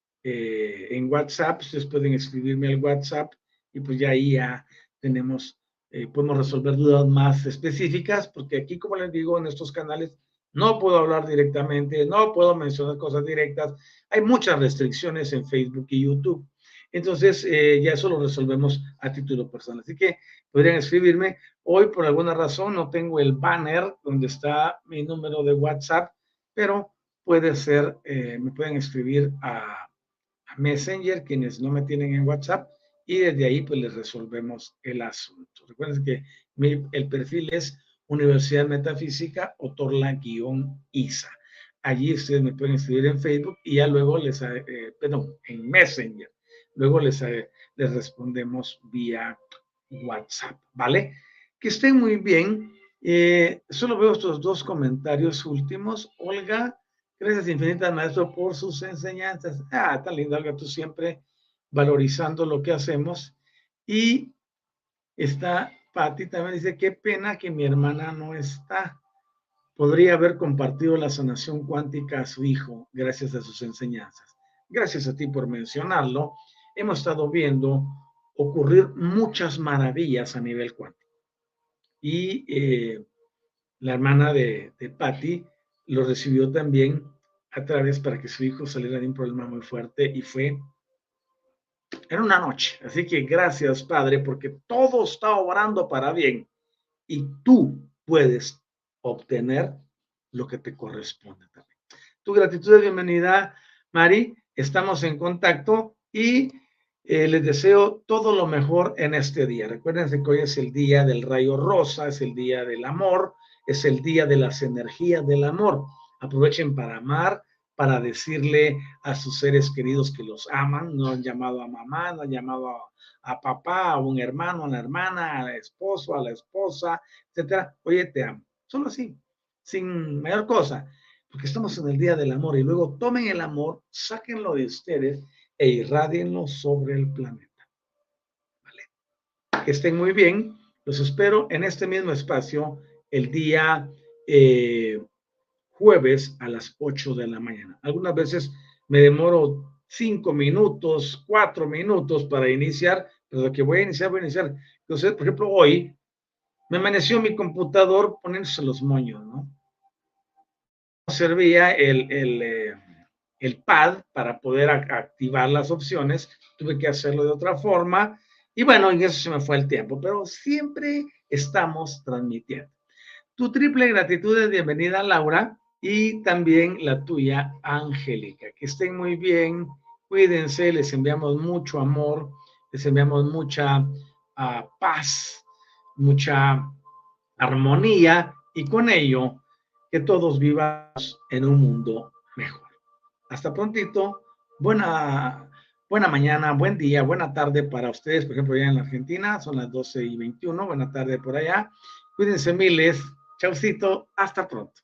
eh, en WhatsApp, ustedes pueden escribirme al WhatsApp y pues ya ahí ya tenemos eh, podemos resolver dudas más específicas, porque aquí, como les digo, en estos canales no puedo hablar directamente, no puedo mencionar cosas directas. Hay muchas restricciones en Facebook y YouTube. Entonces, eh, ya eso lo resolvemos a título personal. Así que podrían escribirme. Hoy, por alguna razón, no tengo el banner donde está mi número de WhatsApp, pero puede ser, eh, me pueden escribir a, a Messenger, quienes no me tienen en WhatsApp, y desde ahí pues les resolvemos el asunto. Recuerden que mi, el perfil es Universidad Metafísica Otorla-ISA. Allí ustedes me pueden escribir en Facebook y ya luego les, eh, perdón, en Messenger. Luego les, eh, les respondemos vía WhatsApp, ¿vale? Que estén muy bien. Eh, solo veo estos dos comentarios últimos. Olga, gracias infinitas, maestro, por sus enseñanzas. Ah, tan lindo, Olga, tú siempre valorizando lo que hacemos. Y está Pati también, dice, qué pena que mi hermana no está. Podría haber compartido la sanación cuántica a su hijo gracias a sus enseñanzas. Gracias a ti por mencionarlo. Hemos estado viendo ocurrir muchas maravillas a nivel cuántico. Y eh, la hermana de, de Patti lo recibió también a través para que su hijo saliera de un problema muy fuerte y fue en una noche. Así que gracias, Padre, porque todo está obrando para bien y tú puedes obtener lo que te corresponde también. Tu gratitud de bienvenida, Mari. Estamos en contacto y eh, les deseo todo lo mejor en este día. Recuerden que hoy es el día del rayo rosa, es el día del amor, es el día de las energías del amor. Aprovechen para amar, para decirle a sus seres queridos que los aman. No han llamado a mamá, no han llamado a, a papá, a un hermano, a una hermana, al esposo, a la esposa, etcétera. Oye, te amo. Solo así, sin mayor cosa, porque estamos en el día del amor. Y luego tomen el amor, sáquenlo de ustedes e irradienlo sobre el planeta. ¿Vale? Que estén muy bien. Los espero en este mismo espacio el día eh, jueves a las ocho de la mañana. Algunas veces me demoro cinco minutos, cuatro minutos para iniciar, pero lo que voy a iniciar, voy a iniciar. Entonces, por ejemplo, hoy me amaneció mi computador poniéndose los moños, ¿no? No servía el, el, eh, el pad para poder activar las opciones, tuve que hacerlo de otra forma, y bueno, en eso se me fue el tiempo, pero siempre estamos transmitiendo. Tu triple gratitud es bienvenida, Laura, y también la tuya, Angélica. Que estén muy bien, cuídense, les enviamos mucho amor, les enviamos mucha uh, paz, mucha armonía, y con ello, que todos vivamos en un mundo mejor. Hasta prontito, buena, buena mañana, buen día, buena tarde para ustedes, por ejemplo, allá en la Argentina, son las doce y veintiuno, buena tarde por allá, cuídense miles. Chaucito, hasta pronto.